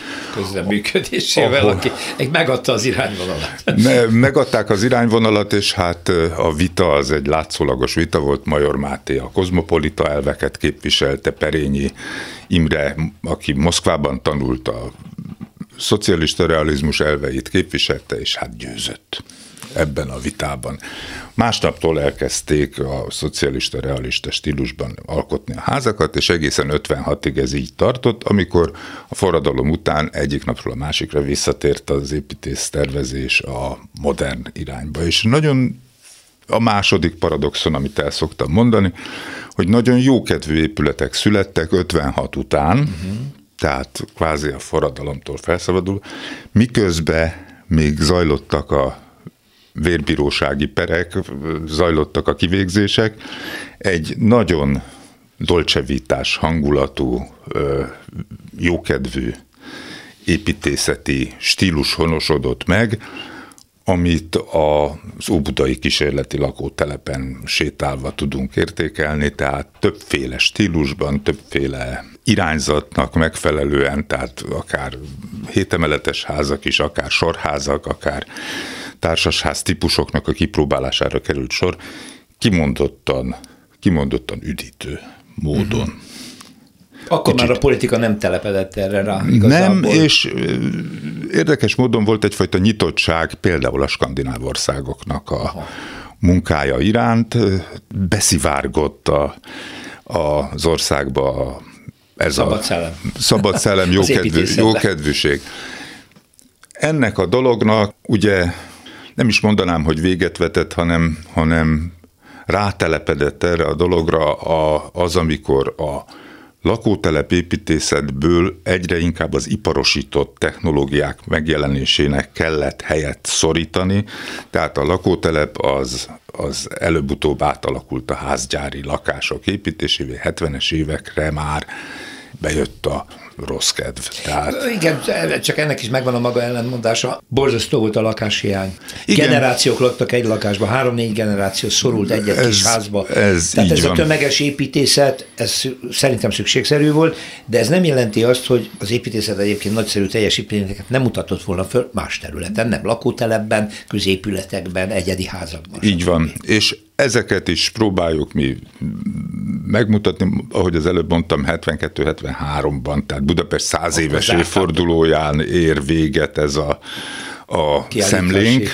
közreműködésével, aki megadta az irányvonalat. Me, megadták az irányvonalat, és hát a vita az egy látszólagos vita volt. Major Máté a kozmopolita elveket képviselte, Perényi Imre, aki Moszkvában tanult, a szocialista realizmus elveit képviselte, és hát győzött ebben a vitában. Másnaptól elkezdték a szocialista realista stílusban alkotni a házakat, és egészen ötvenhatig ez így tartott, amikor a forradalom után egyik napról a másikra visszatért az építésztervezés a modern irányba. És nagyon a második paradoxon, amit el szoktam mondani, hogy nagyon jókedvű épületek születtek ötvenhat után, uh-huh. tehát kvázi a forradalomtól felszabadul, miközben még zajlottak a vérbírósági perek, zajlottak a kivégzések, egy nagyon dolcsevítás hangulatú, jókedvű építészeti stílus honosodott meg, amit az óbudai kísérleti lakótelepen sétálva tudunk értékelni, tehát többféle stílusban, többféle irányzatnak megfelelően, tehát akár hétemeletes házak is, akár sorházak, akár társasház típusoknak a kipróbálására került sor, kimondottan, kimondottan üdítő módon. Mm-hmm. Akkor Kicsit. Már a politika nem telepedett erre rá igazából. Nem, és érdekes módon volt egyfajta nyitottság például a skandináv országoknak a Aha. munkája iránt, beszivárgott a, a, az országba ez szabad a szellem, szabad szellem jókedvű, jókedvűség. Ennek a dolognak ugye nem is mondanám, hogy véget vetett, hanem, hanem rátelepedett erre a dologra a, az, amikor a lakótelep építészetből egyre inkább az iparosított technológiák megjelenésének kellett helyet szorítani, tehát a lakótelep az, az előbb-utóbb átalakult a házgyári lakások építésévé, hetvenes évekre már bejött a rossz kedv. Tehát... Igen, csak ennek is megvan a maga ellentmondása. Borzasztó volt a lakáshiány. Igen. Generációk laktak egy lakásba, három-négy generáció szorult egy-egy ez, kis házba. Ez Tehát ez van. A tömeges építészet, ez szerintem szükségszerű volt, de ez nem jelenti azt, hogy az építészet egyébként nagyszerű teljesítményeket nem mutatott volna föl más területen, nem lakótelepben, középületekben, egyedi házakban. Így van, és ezeket is próbáljuk mi megmutatni, ahogy az előbb mondtam, hetvenkettő hetvenháromban, tehát Budapest száz éves évfordulóján ér véget ez a, a szemlénk,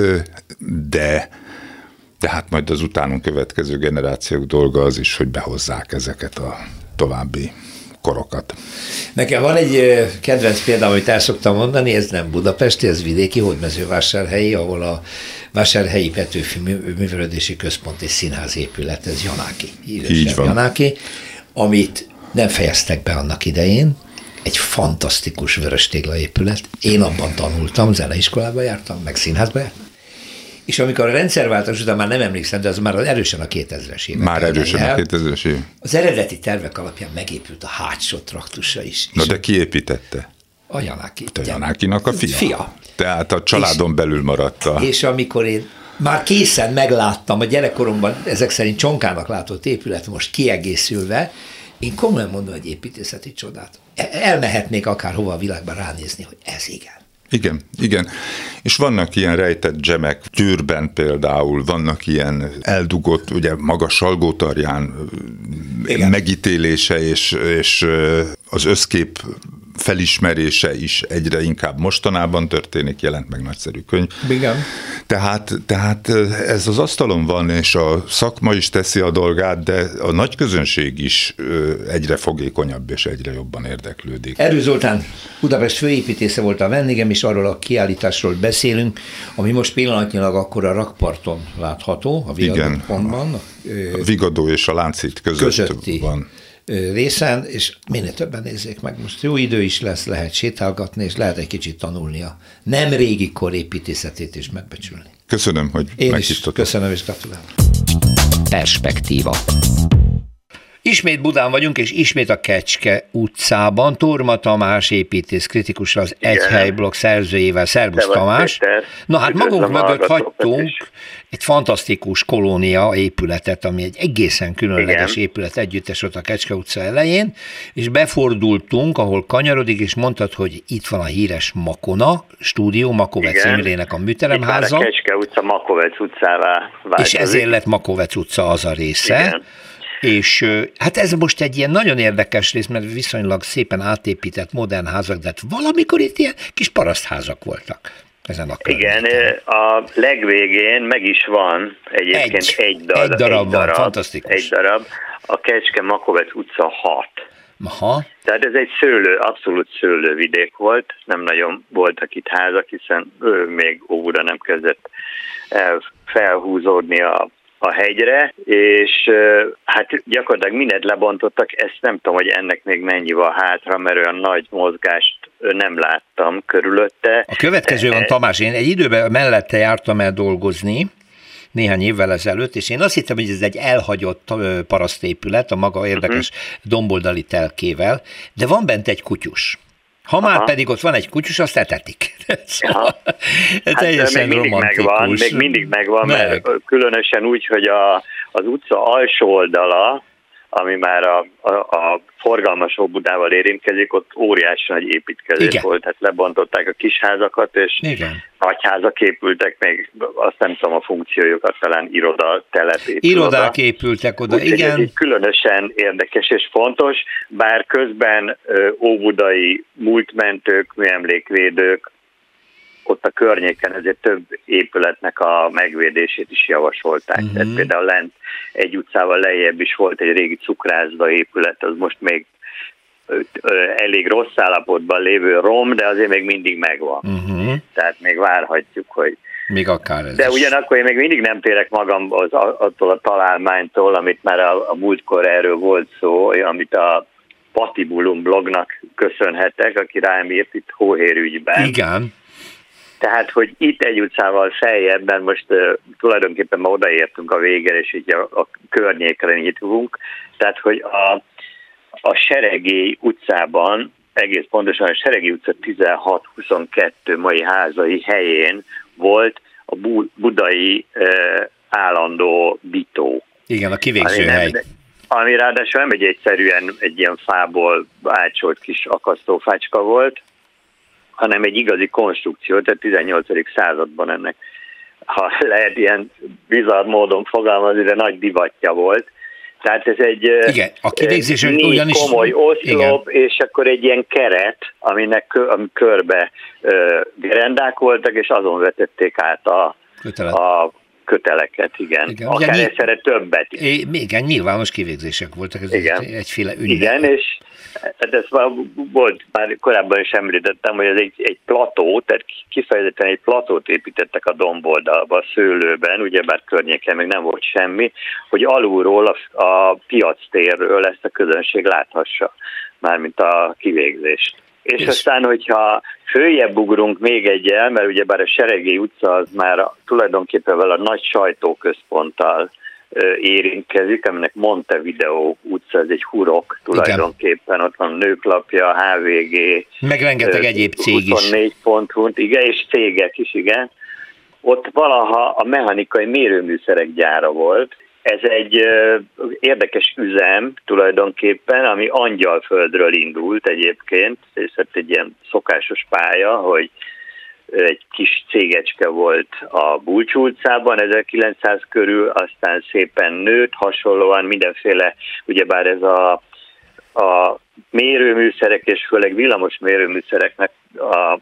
de, de hát majd az utánunk következő generációk dolga az is, hogy behozzák ezeket a további korokat. Nekem van egy kedvenc példám, amit el szoktam mondani, ez nem budapesti, ez vidéki, Hódmezővásárhelyi, ahol a Vásárhelyi Petőfi Művelődési Központ és Színház épület, ez Janáki, Így van. Janáki, amit nem fejeztek be annak idején, egy fantasztikus vöröstégla épület. Én abban tanultam, zeneiskolába jártam, meg színházba jártam. És amikor a rendszerváltás után már nem emlékszem, de az már erősen a kétezres évek. Már erősen el, a kétezres év. Az eredeti tervek alapján megépült a hátsó traktusa is. Na de ki építette? A Janáki. A Janákinak a fia. fia. Tehát a családon és, belül maradt a... És amikor én már készen megláttam, a gyerekkoromban ezek szerint csonkának látott épület most kiegészülve, én komolyan mondom, hogy építészeti csodát. Elmehetnék akárhova a világban ránézni, hogy ez igen. Igen, igen. És vannak ilyen rejtett dzsemek, Győrben például, vannak ilyen eldugott, ugye magas Salgótarján igen. megítélése és, és az összkép felismerése is egyre inkább mostanában történik, jelent meg nagyszerű könyv. Igen. Tehát, tehát ez az asztalon van, és a szakma is teszi a dolgát, de a nagy közönség is egyre fogékonyabb és egyre jobban érdeklődik. Erő Zoltán, Budapest főépítésze volt a vendégem, és arról a kiállításról beszélünk, ami most pillanatnyilag akkor a rakparton látható, a Vigadó pontban. A Vigadó és a Lánchíd között közötti van. Részen, és minél többen nézzék meg. Most jó idő is lesz, lehet sétálgatni, és lehet egy kicsit tanulni a nem régi kor építészetét is megbecsülni. Köszönöm, hogy Én is köszönöm, és gratulálok. Perspektíva. Ismét Budán vagyunk, és ismét a Kecske utcában. Torma Tamás építész kritikusra, az Egy Hely blog szerzőjével. Szerbusz Tamás. Na hát magunk mögött hagytunk egy fantasztikus kolónia épületet, ami egy egészen különleges igen. épület együttes ott a Kecske utca elején, és befordultunk, ahol kanyarodik, és mondtad, hogy itt van a híres Makona stúdió, Makovec Imrének a műteremháza. Itt a Kecske utca Makovec utcává változik. És ezért lett Makovec utca az a része. Igen. És hát ez most egy ilyen nagyon érdekes rész, mert viszonylag szépen átépített modern házak, de hát valamikor itt ilyen kis parasztházak voltak ezen a környéken. Igen, a legvégén meg is van egyébként egy, egy, darab, egy darab. Egy van, darab, fantasztikus. Egy darab, a Kecske Makovec utca hat. Aha. Tehát ez egy szőlő, abszolút szőlővidék volt, nem nagyon voltak itt házak, hiszen ő még óvóra nem kezdett felhúzódni a a hegyre, és hát gyakorlatilag mindent lebontottak, ezt nem tudom, hogy ennek még mennyi van hátra, mert olyan nagy mozgást nem láttam körülötte. A következő van, Tamás, én egy időben mellette jártam el dolgozni, néhány évvel ezelőtt, és én azt hittem, hogy ez egy elhagyott parasztépület, a maga érdekes uh-huh. domboldali telkével, de van bent egy kutyus. Ha Aha. már pedig ott van egy kutyus, azt etetik. Szóval, hát teljesen még mindig megvan, még mindig megvan, Meg. mert különösen úgy, hogy a, az utca alsó oldala, ami már a, a, a forgalmas Óbudával érintkezik, ott óriási nagy építkezés Igen. volt, tehát lebontották a kisházakat, és Igen. nagyházak épültek, még azt nem tudom a funkciójukat, talán iroda, telep épült. Irodák oda. épültek oda, úgy, igen. Ez így különösen érdekes és fontos, bár közben óbudai múltmentők, műemlékvédők, ott a környéken ezért több épületnek a megvédését is javasolták. Uh-huh. Tehát például lent egy utcával lejjebb is volt egy régi cukrászda épület, az most még elég rossz állapotban lévő rom, de azért még mindig megvan. Uh-huh. Tehát még várhatjuk, hogy... Még akár ez De is. ugyanakkor én még mindig nem térek magam az, attól a találmánytól, amit már a, a múltkor erről volt szó, amit a Patibulum blognak köszönhetek, aki rám írt itt hóhérügyben. Igen. Tehát, hogy itt egy utcával feljebben, most uh, tulajdonképpen ma odaértünk a végére, és így a, a környékre nyitunk. Tehát, hogy a, a Seregély utcában, egész pontosan a Seregély utca tizenhat huszonkettő mai házai helyén volt a bu- budai uh, állandó bitó. Igen, a kivégző hely. Nem, ami ráadásul nem egy egyszerűen egy ilyen fából ácsolt kis akasztófácska volt, hanem egy igazi konstrukció, tehát tizennyolcadik században ennek, ha lehet ilyen bizarr módon fogalmazni, de nagy divatja volt. Tehát ez egy igen, a kivégzés négy ugyanis, komoly oszlop, igen. és akkor egy ilyen keret, aminek ami körbe uh, gerendák voltak, és azon vetették át a, a köteleket, igen. igen Akár nyilv... egyszerre többet is. É, igen, nyilvános kivégzések voltak, ez igen. egy, egyféle ünnep. Igen, és hát ez már volt, már korábban is említettem, hogy ez egy, egy plató, tehát kifejezetten egy platót építettek a domboldalba, a szőlőben, ugyebár környéken még nem volt semmi, hogy alulról a, a piactérről ezt a közönség láthassa, mármint a kivégzést. És, és aztán, hogyha följebb ugrunk még egyel, mert ugyebár a Seregély utca az már tulajdonképpen vele a nagy sajtóközponttal érintkezik, aminek Montevideo utca, ez egy hurok tulajdonképpen, igen. Ott van Nőklapja, há vé gé, meg rengeteg egyéb cég is. huszonnégy pont hu, igen, és cégek is, igen. Ott valaha a mechanikai mérőműszerek gyára volt. Ez egy uh, érdekes üzem tulajdonképpen, ami Angyalföldről indult egyébként, és ez egy ilyen szokásos pálya, hogy egy kis cégecske volt a Bulcs utcában ezerkilencszáz körül, aztán szépen nőtt, hasonlóan mindenféle, ugyebár ez a, a mérőműszerek és főleg villamos mérőműszereknek a,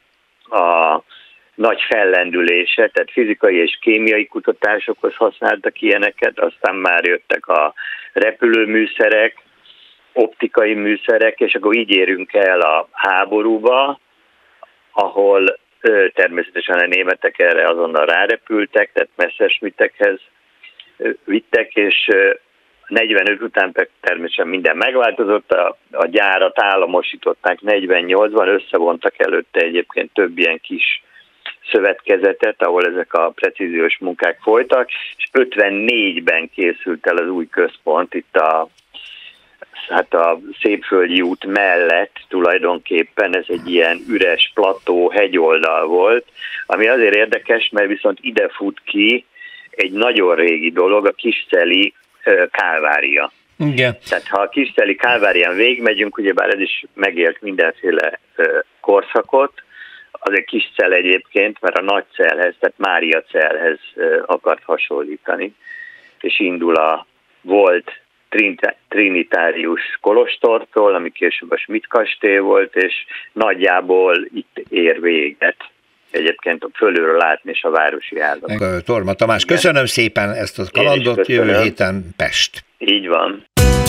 a nagy fellendülése, tehát fizikai és kémiai kutatásokhoz használtak ilyeneket, aztán már jöttek a repülőműszerek, optikai műszerek, és akkor így érünk el a háborúba, ahol ö, természetesen a németek erre azonnal rárepültek, tehát Messerschmittekhez vittek, és ö, negyvenöt után természetesen minden megváltozott, a, a gyárat államosították negyvennyolcban, összevontak előtte egyébként több ilyen kis szövetkezetet, ahol ezek a precíziós munkák folytak, és ötvennégyben készült el az új központ, itt a, hát a Szépföldi út mellett tulajdonképpen ez egy ilyen üres plató hegyoldal volt, ami azért érdekes, mert viszont ide fut ki egy nagyon régi dolog, a Kisceli Kálvária. Igen. Tehát ha a Kisceli Kálvárián végigmegyünk, ugyebár ez is megélt mindenféle korszakot, az egy kis cell egyébként, mert a nagy cellhez, tehát Mária cellhez akart hasonlítani, és indul a volt trinitárius kolostortól, ami később a Schmidt kastély volt, és nagyjából itt ér véget. Egyébként fölülről látni is a városi állatot. Torma Tamás, igen. Köszönöm szépen ezt a kalandot, jövő héten Pest. Így van.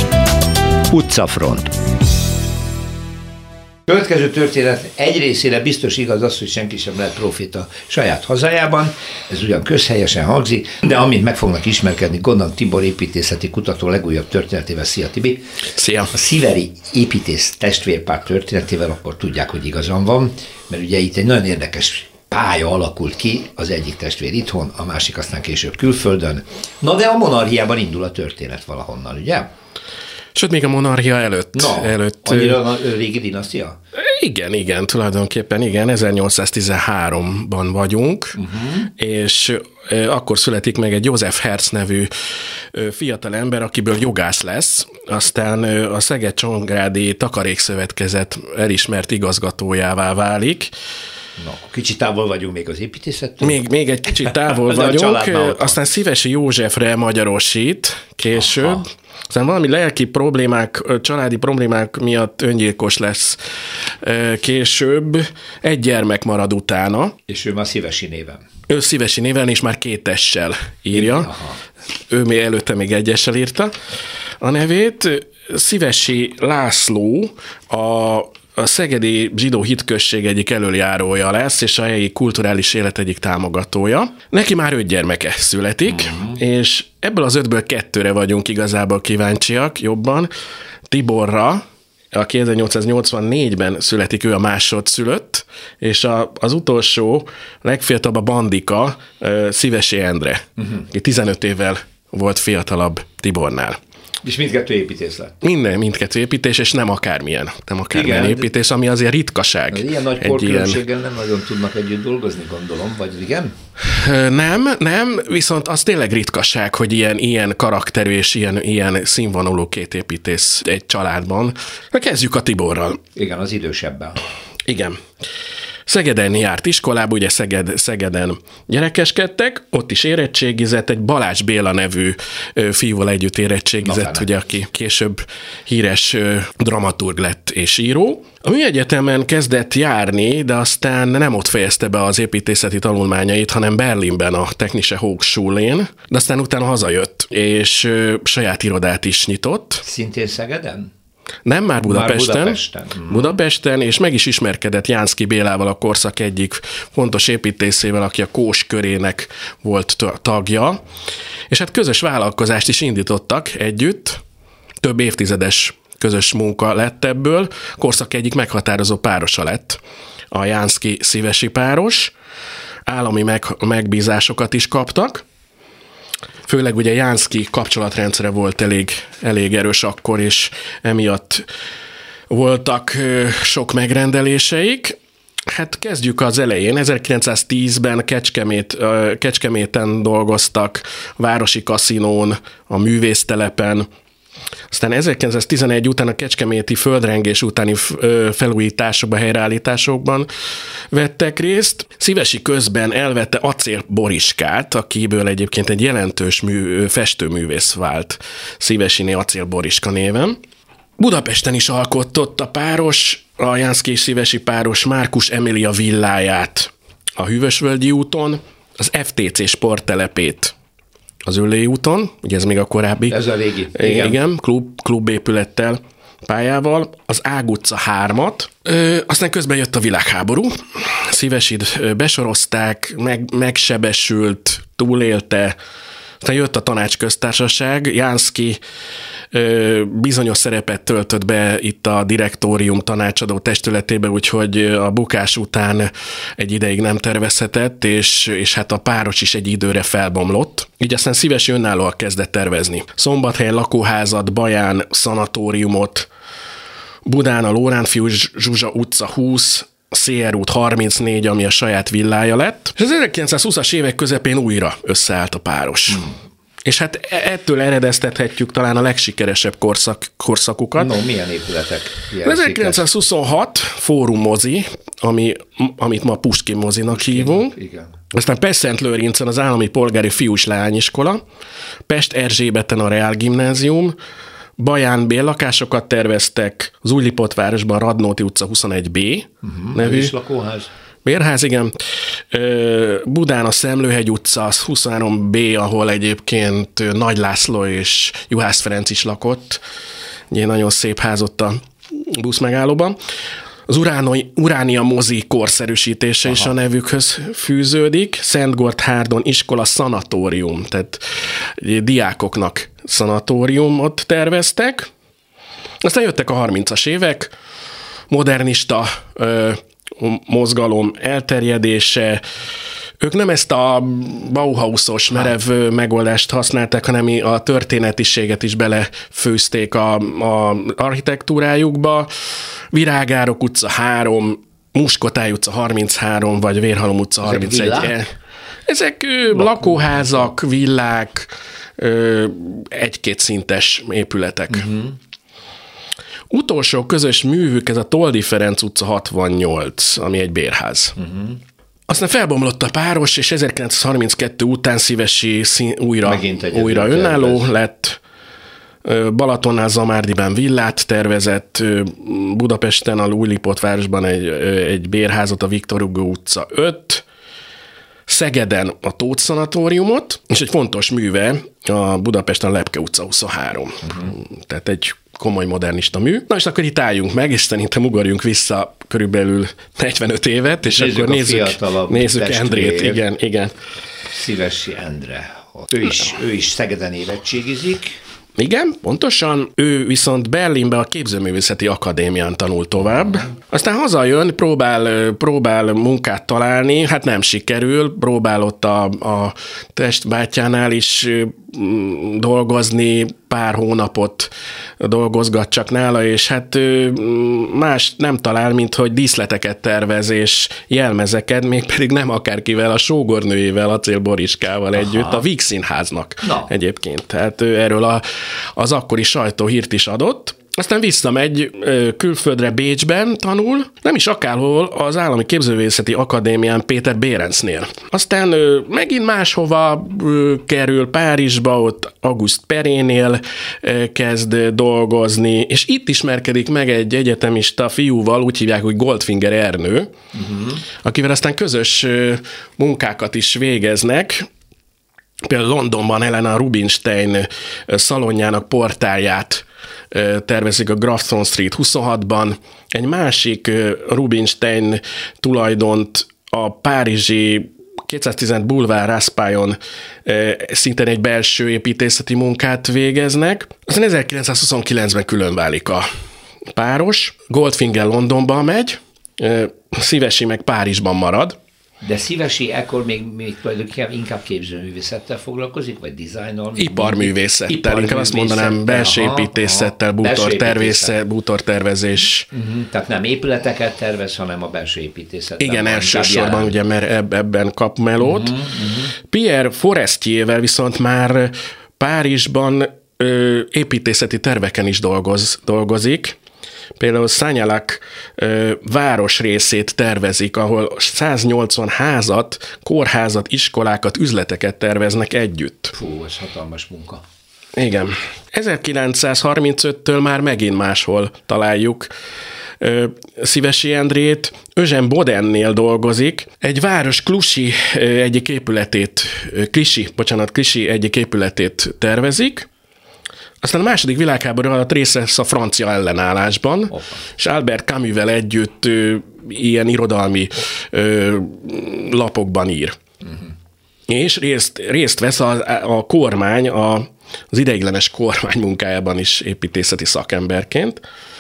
Utcafront. Következő történet egy részére biztos igaz az, hogy senki sem lehet profita saját hazájában, ez ugyan közhelyesen hangzik, de amint meg fognak ismerkedni Gondan Tibor építészeti kutató legújabb történetével, szia Tibi! Szia! A sziveri építész testvérpár történetével akkor tudják, hogy igazam van, mert ugye itt egy nagyon érdekes pálya alakult ki, az egyik testvér itthon, a másik aztán később külföldön. Na de a monarchiában indul a történet valahonnan, ugye? Sőt, még a monarchia előtt. No, előtt annyira a régi dinasztia? Igen, igen, tulajdonképpen igen, ezernyolcszáztizenháromban vagyunk, uh-huh. és akkor születik meg egy József Herz nevű fiatal ember, akiből jogász lesz, aztán a Szeged-Csongrádi Takarékszövetkezet elismert igazgatójává válik. Na, kicsit távol vagyunk még az építészettől. Még, még egy kicsit távol vagyunk, aztán Szívesi Józsefre magyarosít később. Aha. Aztán valami lelki problémák, családi problémák miatt öngyilkos lesz később, egy gyermek marad utána. És ő már Szívesi néven. Ő Szívesi néven, és már két essel írja. Aha. Ő még előtte még egy essel írta a nevét. Szívesi László a a szegedi zsidó hitközség egyik elöljárója lesz, és a helyi kulturális élet egyik támogatója. Neki már öt gyermeke születik, uh-huh. és ebből az ötből kettőre vagyunk igazából kíváncsiak jobban. Tiborra, aki ezernyolcszáznyolcvannégyben születik, ő a másodszülött, és a, az utolsó, legfiatalabb a Bandika, Szívesi Endre, uh-huh. aki tizenöt évvel volt fiatalabb Tibornál. És mindkettő építész lett. Minden, mindkettő építés, és nem akármilyen, nem akármilyen igen, építés, ami azért ritkaság. Az ilyen nagy korkülönbséggel nem nagyon tudnak együtt dolgozni, gondolom, vagy igen? Nem, nem, viszont az tényleg ritkaság, hogy ilyen, ilyen karakterű és ilyen, ilyen színvonalú két építész egy családban. Na, kezdjük a Tiborral. Igen, az idősebben. Igen. Szegeden járt iskolába, ugye Szeged, Szegeden gyerekeskedtek, ott is érettségizett, egy Balázs Béla nevű fiúval együtt érettségizett, ugye, aki később híres dramaturg lett és író. A műegyetemen kezdett járni, de aztán nem ott fejezte be az építészeti tanulmányait, hanem Berlinben a Technische Hochschulén, de aztán utána hazajött, és saját irodát is nyitott. Szintén Szegeden? Nem, már Budapesten, már Budapesten. Budapesten, és meg is ismerkedett Jánszky Bélával, a korszak egyik fontos építészével, aki a Kós körének volt tagja, és hát közös vállalkozást is indítottak együtt, több évtizedes közös munka lett ebből, korszak egyik meghatározó párosa lett a Jánszky-Szívesi páros, állami meg, megbízásokat is kaptak. Főleg ugye Jánszky kapcsolatrendszere volt elég, elég erős akkor, és emiatt voltak sok megrendeléseik. Hát kezdjük az elején. ezerkilencszáztízben Kecskemét, Kecskeméten dolgoztak, városi kaszinón, a művésztelepen, Aztán ezerkilencszáztizenegy után a kecskeméti földrengés utáni felújításokban, helyreállításokban vettek részt. Szívesi közben elvette Acél Boriskát, akiből egyébként egy jelentős mű, festőművész vált, Szívesiné Acél Boriska néven. Budapesten is alkotott a páros, a Jászki és Szívesi páros Márkus Emília villáját a Hűvösvölgyi úton, az ef té cé sporttelepét az Üllői úton, ugye ez még a korábbi. Ez a régi. Igen, igen klub, klubépülettel, pályával, az Ág utca hármat, ö, aztán közben jött a világháború, Szívesit besorozták, meg, megsebesült, túlélte, aztán jött a tanácsköztársaság, Jászki ö, bizonyos szerepet töltött be itt a direktórium tanácsadó testületébe, úgyhogy a bukás után egy ideig nem tervezhetett, és, és hát a páros is egy időre felbomlott. Így aztán Szívesi önállóan kezdett tervezni. Szombathelyen lakóházat, Baján szanatóriumot, Budán a Lóránfiú Zsuzsa utca húsz, a cé er út harmincnégy, ami a saját villája lett, és az ezerkilencszázhúszas évek közepén újra összeállt a páros. Hmm. És hát ettől eredeztethetjük talán a legsikeresebb korszak, korszakukat. No, milyen épületek? ezerkilencszázhuszonhat Fórum mozi, ami, amit ma Pushkin mozinak hívunk. Igen. Aztán Pestszentlőrincen az Állami Polgári Fiús Leányiskola, Pest Erzsébeten a Reál Gimnázium, Baján bérlakásokat terveztek, az Újlipótvárosban Radnóti utca huszonegy bé uh-huh, nevű lakóház. Bérház, igen. Budán a Szemlőhegy utca, az huszonhárom bé, ahol egyébként Nagy László és Juhász Ferenc is lakott. Egy nagyon szép ház ott a buszmegállóban. Az Uránoi, Uránia mozi korszerűsítése Aha. is a nevükhöz fűződik. Szentgotthardon iskola szanatórium, tehát diákoknak szanatóriumot terveztek. Aztán jöttek a harmincas évek, modernista ö, mozgalom elterjedése. Ők nem ezt a Bauhausos merev megoldást használták, hanem a történetiséget is belefőzték a, a architektúrájukba. Virágárok utca három, Muskotály utca harminchárom, vagy Vérhalom utca harmincegy. Ezek, Ezek Lakó. lakóházak, villák, egy-két szintes épületek. Uh-huh. Utolsó közös művük ez a Toldi Ferenc utca hatvannyolc, ami egy bérház. Uh-huh. Aztán felbomlott a páros, és ezerkilencszázharminckettő után Szívesi szín, újra, újra önálló tervez. lett. Balatonnál Zamárdiben villát tervezett, Budapesten a Újlipótvárosban egy, egy bérházat, a Viktor Hugo utca öt, Szegeden a Tóth szanatóriumot, és egy fontos műve a Budapesten a Lepke utca huszonhárom. Uh-huh. Tehát egy komoly modernista mű. Na és akkor itt álljunk meg, és szerintem ugorjunk vissza körülbelül negyvenöt évet, és nézzük akkor nézzük, nézzük Endrét. Igen, igen. Szívesi Endre. Ő is, ő is Szegeden érettségizik. Igen, pontosan. Ő viszont Berlinbe a Képzőművészeti Akadémián tanul tovább. Aztán hazajön, próbál, próbál munkát találni, hát nem sikerül, próbál ott a, a testbátyjánál is dolgozni, pár hónapot dolgozgat csak nála, és hát más nem talál, mint hogy díszleteket tervez és jelmezeket, mégpedig nem akárkivel, a sógornőjével, Acél Boriskával Aha. együtt, a Víg Színháznak no. egyébként. Tehát erről a, az akkori sajtó hírt is adott. Aztán visszamegy külföldre, Bécsben tanul, nem is akárhol, az Állami Képzőművészeti Akadémián Péter Bérencnél. Aztán megint máshova kerül, Párizsba, ott August Perénél kezd dolgozni, és itt ismerkedik meg egy egyetemista fiúval, úgy hívják, hogy Goldfinger Ernő, uh-huh. akivel aztán közös munkákat is végeznek. Például Londonban Helena Rubinstein szalonjának portáját tervezik a Grafton Street huszonhatban. Egy másik Rubinstein tulajdont a párizsi kétszáztíz Boulevard Raspaillon szintén egy belső építészeti munkát végeznek. Aztán ezerkilencszázhuszonkilencben külön válik a páros. Goldfinger Londonba megy, Szívesi meg Párizsban marad. De Szívesi ekkor még, még tulajdonképpen inkább képzőművészettel foglalkozik, vagy dizájnnal? Iparművészettel, Ipar inkább azt mondanám belső építészettel, bútortervezés. Uh-huh. Tehát nem épületeket tervez, hanem a belső építészettel. Igen, elsősorban ugye, mert ebben kap melót. Uh-huh, uh-huh. Pierre Forestiervel viszont már Párizsban ö, építészeti terveken is dolgoz, dolgozik. Például Szányalak városrészét tervezik, ahol száznyolcvan házat, kórházat, iskolákat, üzleteket terveznek együtt. Fú, ez hatalmas munka. Igen. ezerkilencszázharmincöttől már megint máshol találjuk Szivesi Endrét. Eugène Bodennél dolgozik. Egy város Klusi egyik épületét, Klisi, bocsánat, Klisi egyik épületét tervezik. Aztán a második világháború alatt részt vesz a francia ellenállásban, Opa. és Albert Camusvel együtt ö, ilyen irodalmi ö, lapokban ír. Uh-huh. És részt, részt vesz a, a kormány, a, az ideiglenes kormány munkájában is építészeti szakemberként.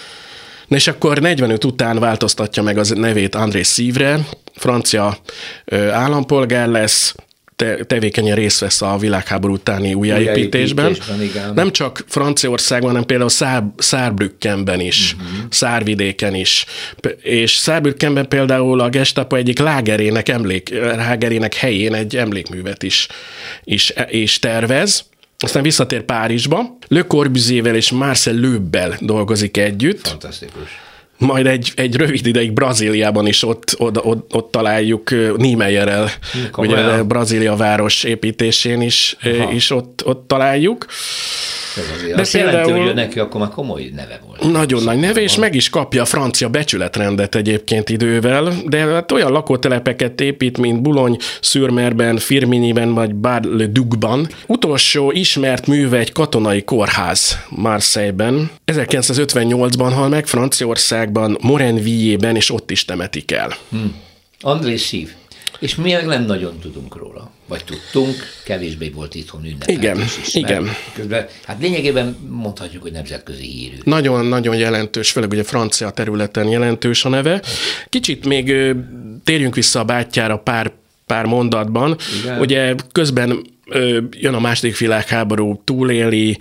Na és akkor negyvenöt után változtatja meg az nevét André Civre, francia ö, állampolgár lesz, te, tevékenyen részt vesz a világháború utáni újjáépítésben. újjáépítésben Nem csak Franciaországban, hanem például Saarbrückenben is, uh-huh. Szárvidéken is. És Saarbrückenben például a Gestapo egyik lágerének, emlék, lágerének helyén egy emlékművet is, is, is tervez. Aztán visszatér Párizsba. Le Corbusiervel és Marcel Loebbel dolgozik együtt. Fantasztikus. Majd egy, egy rövid ideig Brazíliában is ott, ott, ott, ott találjuk Niemeyerrel, ugye a Brazília város építésén is, is ott, ott találjuk. Ez azért azt jelenti, hogy neki akkor már komoly neve volt. Nagyon nagy neve, és meg is kapja a francia becsületrendet egyébként idővel, de hát olyan lakótelepeket épít, mint Boulogne-sur-Merben, Firminiben vagy Bar-le-Ducban. Utolsó ismert műve egy katonai kórház Marseille-ben. ezerkilencszázötvennyolcban hal meg Franciaországban, Morenvillében, és ott is temetik el. Hmm. André Civre. És mi meg nem nagyon tudunk róla. Vagy tudtunk, kevésbé volt itthon ünnepeltés igen, is. Igen, Közben, hát lényegében mondhatjuk, hogy nemzetközi hírű. Nagyon-nagyon jelentős, főleg ugye francia területen jelentős a neve. Kicsit még térjünk vissza a bátyjára pár, pár mondatban. Igen. Ugye közben jön a második világháború, túléli,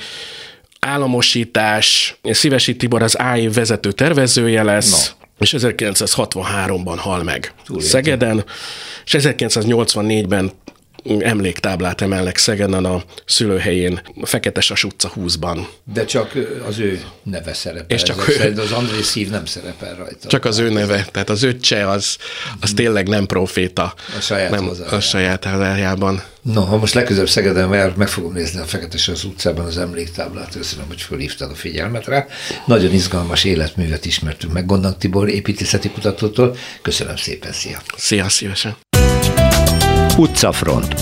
államosítás, Szivesi Tibor az á i vezető tervezője lesz, no. és ezerkilencszázhatvanháromban hal meg Túl Szegeden, és ezerkilencszáznyolcvannégyben emléktáblát emelnek Szegeden a szülőhelyén, a Feketesas utca húszban. De csak az ő neve szerepel. És csak ő, az André Civre nem szerepel rajta. Csak az ő neve, tehát az öccse az, az tényleg nem proféta. A saját nem hazájában. A saját hazájában. No, ha most legközelebb Szegeden már meg fogom nézni a Feketesas utcában az emléktáblát, köszönöm, hogy fölhívtad a figyelmet rá. Nagyon izgalmas életművet ismertünk meg Gondang Tibor építészeti kutatótól. Köszönöm szépen, szia! Szia, szívesen! Utcafront.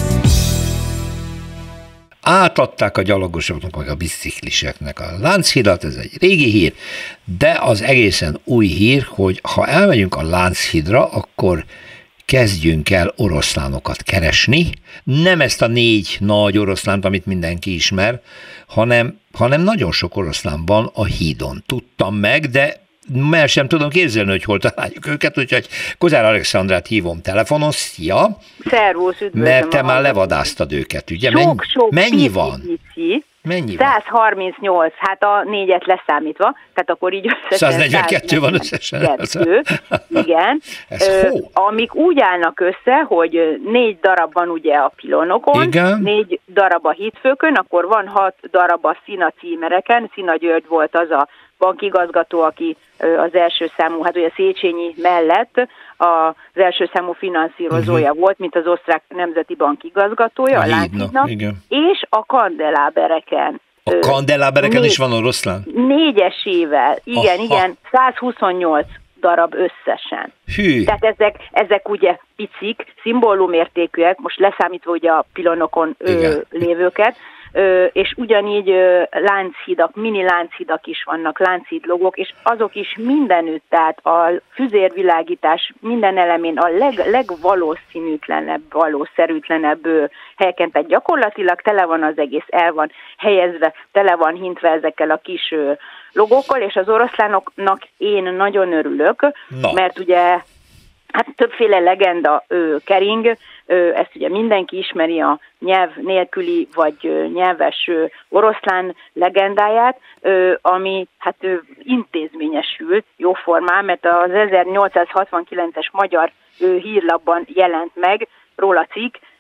Átadták a gyalogosoknak, meg a bicikliseknek a Lánchidat, ez egy régi hír, de az egészen új hír, hogy ha elmegyünk a Lánchidra, akkor kezdjünk el oroszlánokat keresni. Nem ezt a négy nagy oroszlánt, amit mindenki ismer, hanem, hanem nagyon sok oroszlán van a hídon. Tudtam meg, de mert sem tudom képzelni, hogy hol találjuk őket, úgyhogy Kozár Alexandrát hívom telefonon. Szia! Szervusz, üdvözlöm! Mert te már levadáztad őket, ugye? Sok, Mennyi, sok, mennyi pici, van? Pici. Mennyi van? száz harmincnyolc, hát a négyet leszámítva, tehát akkor így összesen száznegyvenkettő van összesen. Kettő, igen. Ez Ö, hó? amik úgy állnak össze, hogy négy darab van ugye a pilonokon, igen. négy darab a hídfőkön, akkor van hat darab a Szina címereken. Szina György volt az a bankigazgató, aki az első számú, hát ugye Széchenyi mellett az első számú finanszírozója uh-huh. volt, mint az osztrák nemzeti bank igazgatója, a, a Lánchídnak, és a kandelábereken. A kandelábereken is van oroszlán? Négyesével, igen, Aha. igen, száz huszonnyolc darab összesen. Hű. Tehát ezek, ezek ugye picik, szimbólumértékűek, most leszámítva ugye a pilonokon ö, lévőket, Ö, és ugyanígy ö, lánchidak, mini lánchidak is vannak, lánchíd logók, és azok is mindenütt, tehát a füzérvilágítás minden elemén a leg, legvalószínűtlenebb, valószerűtlenebb ö, helyeken, tehát gyakorlatilag tele van az egész, el van helyezve, tele van hintve ezekkel a kis ö, logókkal, és az oroszlánoknak én nagyon örülök, no. mert ugye hát többféle legenda ö, kering, ö, ezt ugye mindenki ismeri, a nyelv nélküli vagy ö, nyelves ö, oroszlán legendáját, ö, ami hát ö, intézményesült jóformán, mert az ezernyolcszázhatvankilences magyar ö, hírlapban jelent meg róla cikk,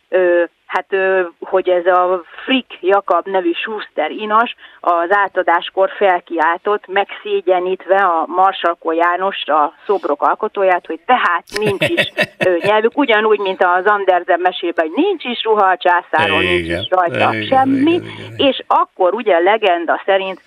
hát hogy ez a Frick Jakab nevű Schuster inas az átadáskor felkiáltott, megszégyenítve a Marsalko Jánost, a szobrok alkotóját, hogy tehát nincs is nyelvük, ugyanúgy, mint az Andersen mesében, hogy nincs is ruha a császáron, nincs is rajta igen, semmi, igen, igen. És akkor ugye a legenda szerint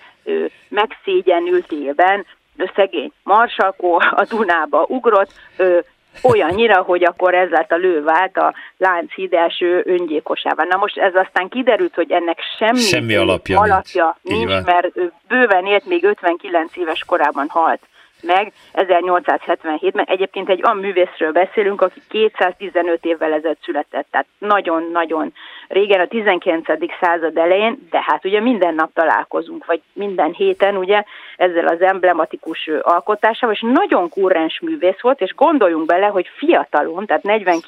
megszégyenültében szegény Marsalko a Dunába ugrott, olyannyira, hogy akkor ez lett a lővált a Lánchíd első öngyilkosában. Na most ez aztán kiderült, hogy ennek semmi, semmi alapja, alapja nincs, nincs mert bőven élt, még ötvenkilenc éves korában halt meg ezernyolcszázhetvenhétben. Egyébként egy olyan művészről beszélünk, aki kétszáztizenöt évvel ezelőtt született, tehát nagyon-nagyon régen, a tizenkilencedik század elején, de hát ugye minden nap találkozunk, vagy minden héten ugye ezzel az emblematikus alkotásával, és nagyon kurrens művész volt, és gondoljunk bele, hogy fiatalon, tehát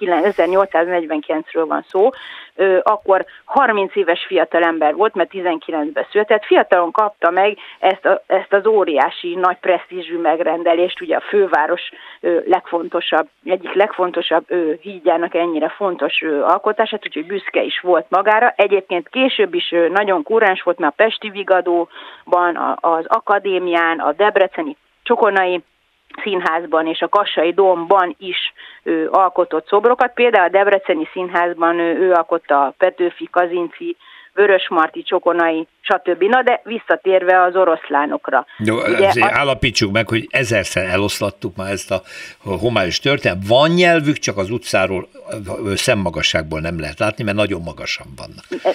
ezernyolcszáznegyvenkilencről van szó, akkor harminc éves fiatal ember volt, mert tizenkilencben született, fiatalon kapta meg ezt, a, ezt az óriási, nagy presztízsű megrendelést, ugye a főváros legfontosabb, egyik legfontosabb hídjának ennyire fontos alkotását, úgyhogy büszke is volt magára. Egyébként később is nagyon kurrens volt, mert a Pesti Vigadóban, az Akadémián, a Debreceni Csokonai Színházban és a Kassai Dómban is ő alkotott szobrokat. Például a Debreceni Színházban ő, ő alkotta a Petőfi, Kazinci, Vörösmarty, Csokonai, stb. Na de visszatérve az oroszlánokra. Jó, ugye, azért a... állapítsuk meg, hogy ezerszer eloszlattuk már ezt a homályos történet. Van nyelvük, csak az utcáról szemmagasságból nem lehet látni, mert nagyon magasan vannak.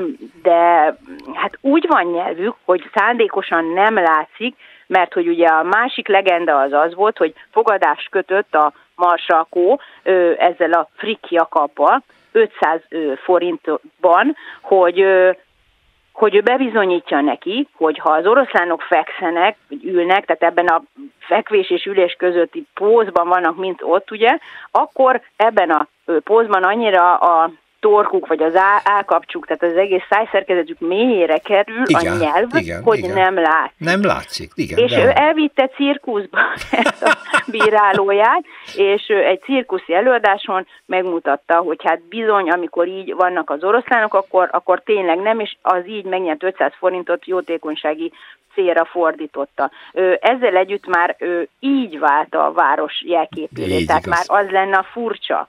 De hát úgy van nyelvük, hogy szándékosan nem látszik, mert hogy ugye a másik legenda az az volt, hogy fogadást kötött a Marsalko ezzel a Frick Jakabbal ötszáz forintban, hogy, hogy ő bebizonyítja neki, hogy ha az oroszlánok fekszenek, vagy ülnek, tehát ebben a fekvés és ülés közötti pózban vannak, mint ott, ugye, akkor ebben a pózban annyira a torkuk, vagy az állkapcsuk, tehát az egész szájszerkezetük mélyére kerül igen, a nyelv, igen, hogy igen. nem látszik. Nem látszik, igen. És ő elvitte cirkuszba ezt a bírálóját, és egy cirkuszi előadáson megmutatta, hogy hát bizony, amikor így vannak az oroszlánok, akkor, akkor tényleg nem, és az így megnyert ötszáz forintot jótékonysági célra fordította. Ezzel együtt már így vált a város jelképévé, tehát igaz. Már az lenne a furcsa,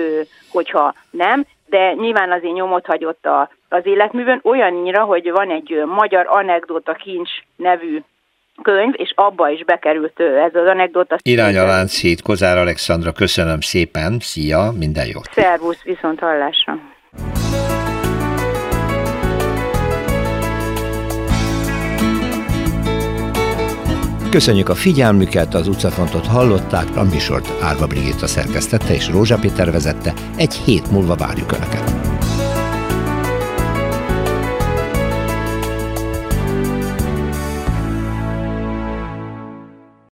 hogyha nem, de nyilván azért nyomot hagyott a, az életművön, olyannyira, hogy van egy Magyar Anekdóta Kincs nevű könyv, és abba is bekerült ez az anekdóta. Irány a Lánchíd, Kozár Alexandra, köszönöm szépen, szia, minden jót! Szervusz, viszont hallásra! Köszönjük a figyelmüket, az utcafrontot hallották, a műsort Árva Brigitta szerkesztette és Rózsa Péter vezette, egy hét múlva várjuk Önöket.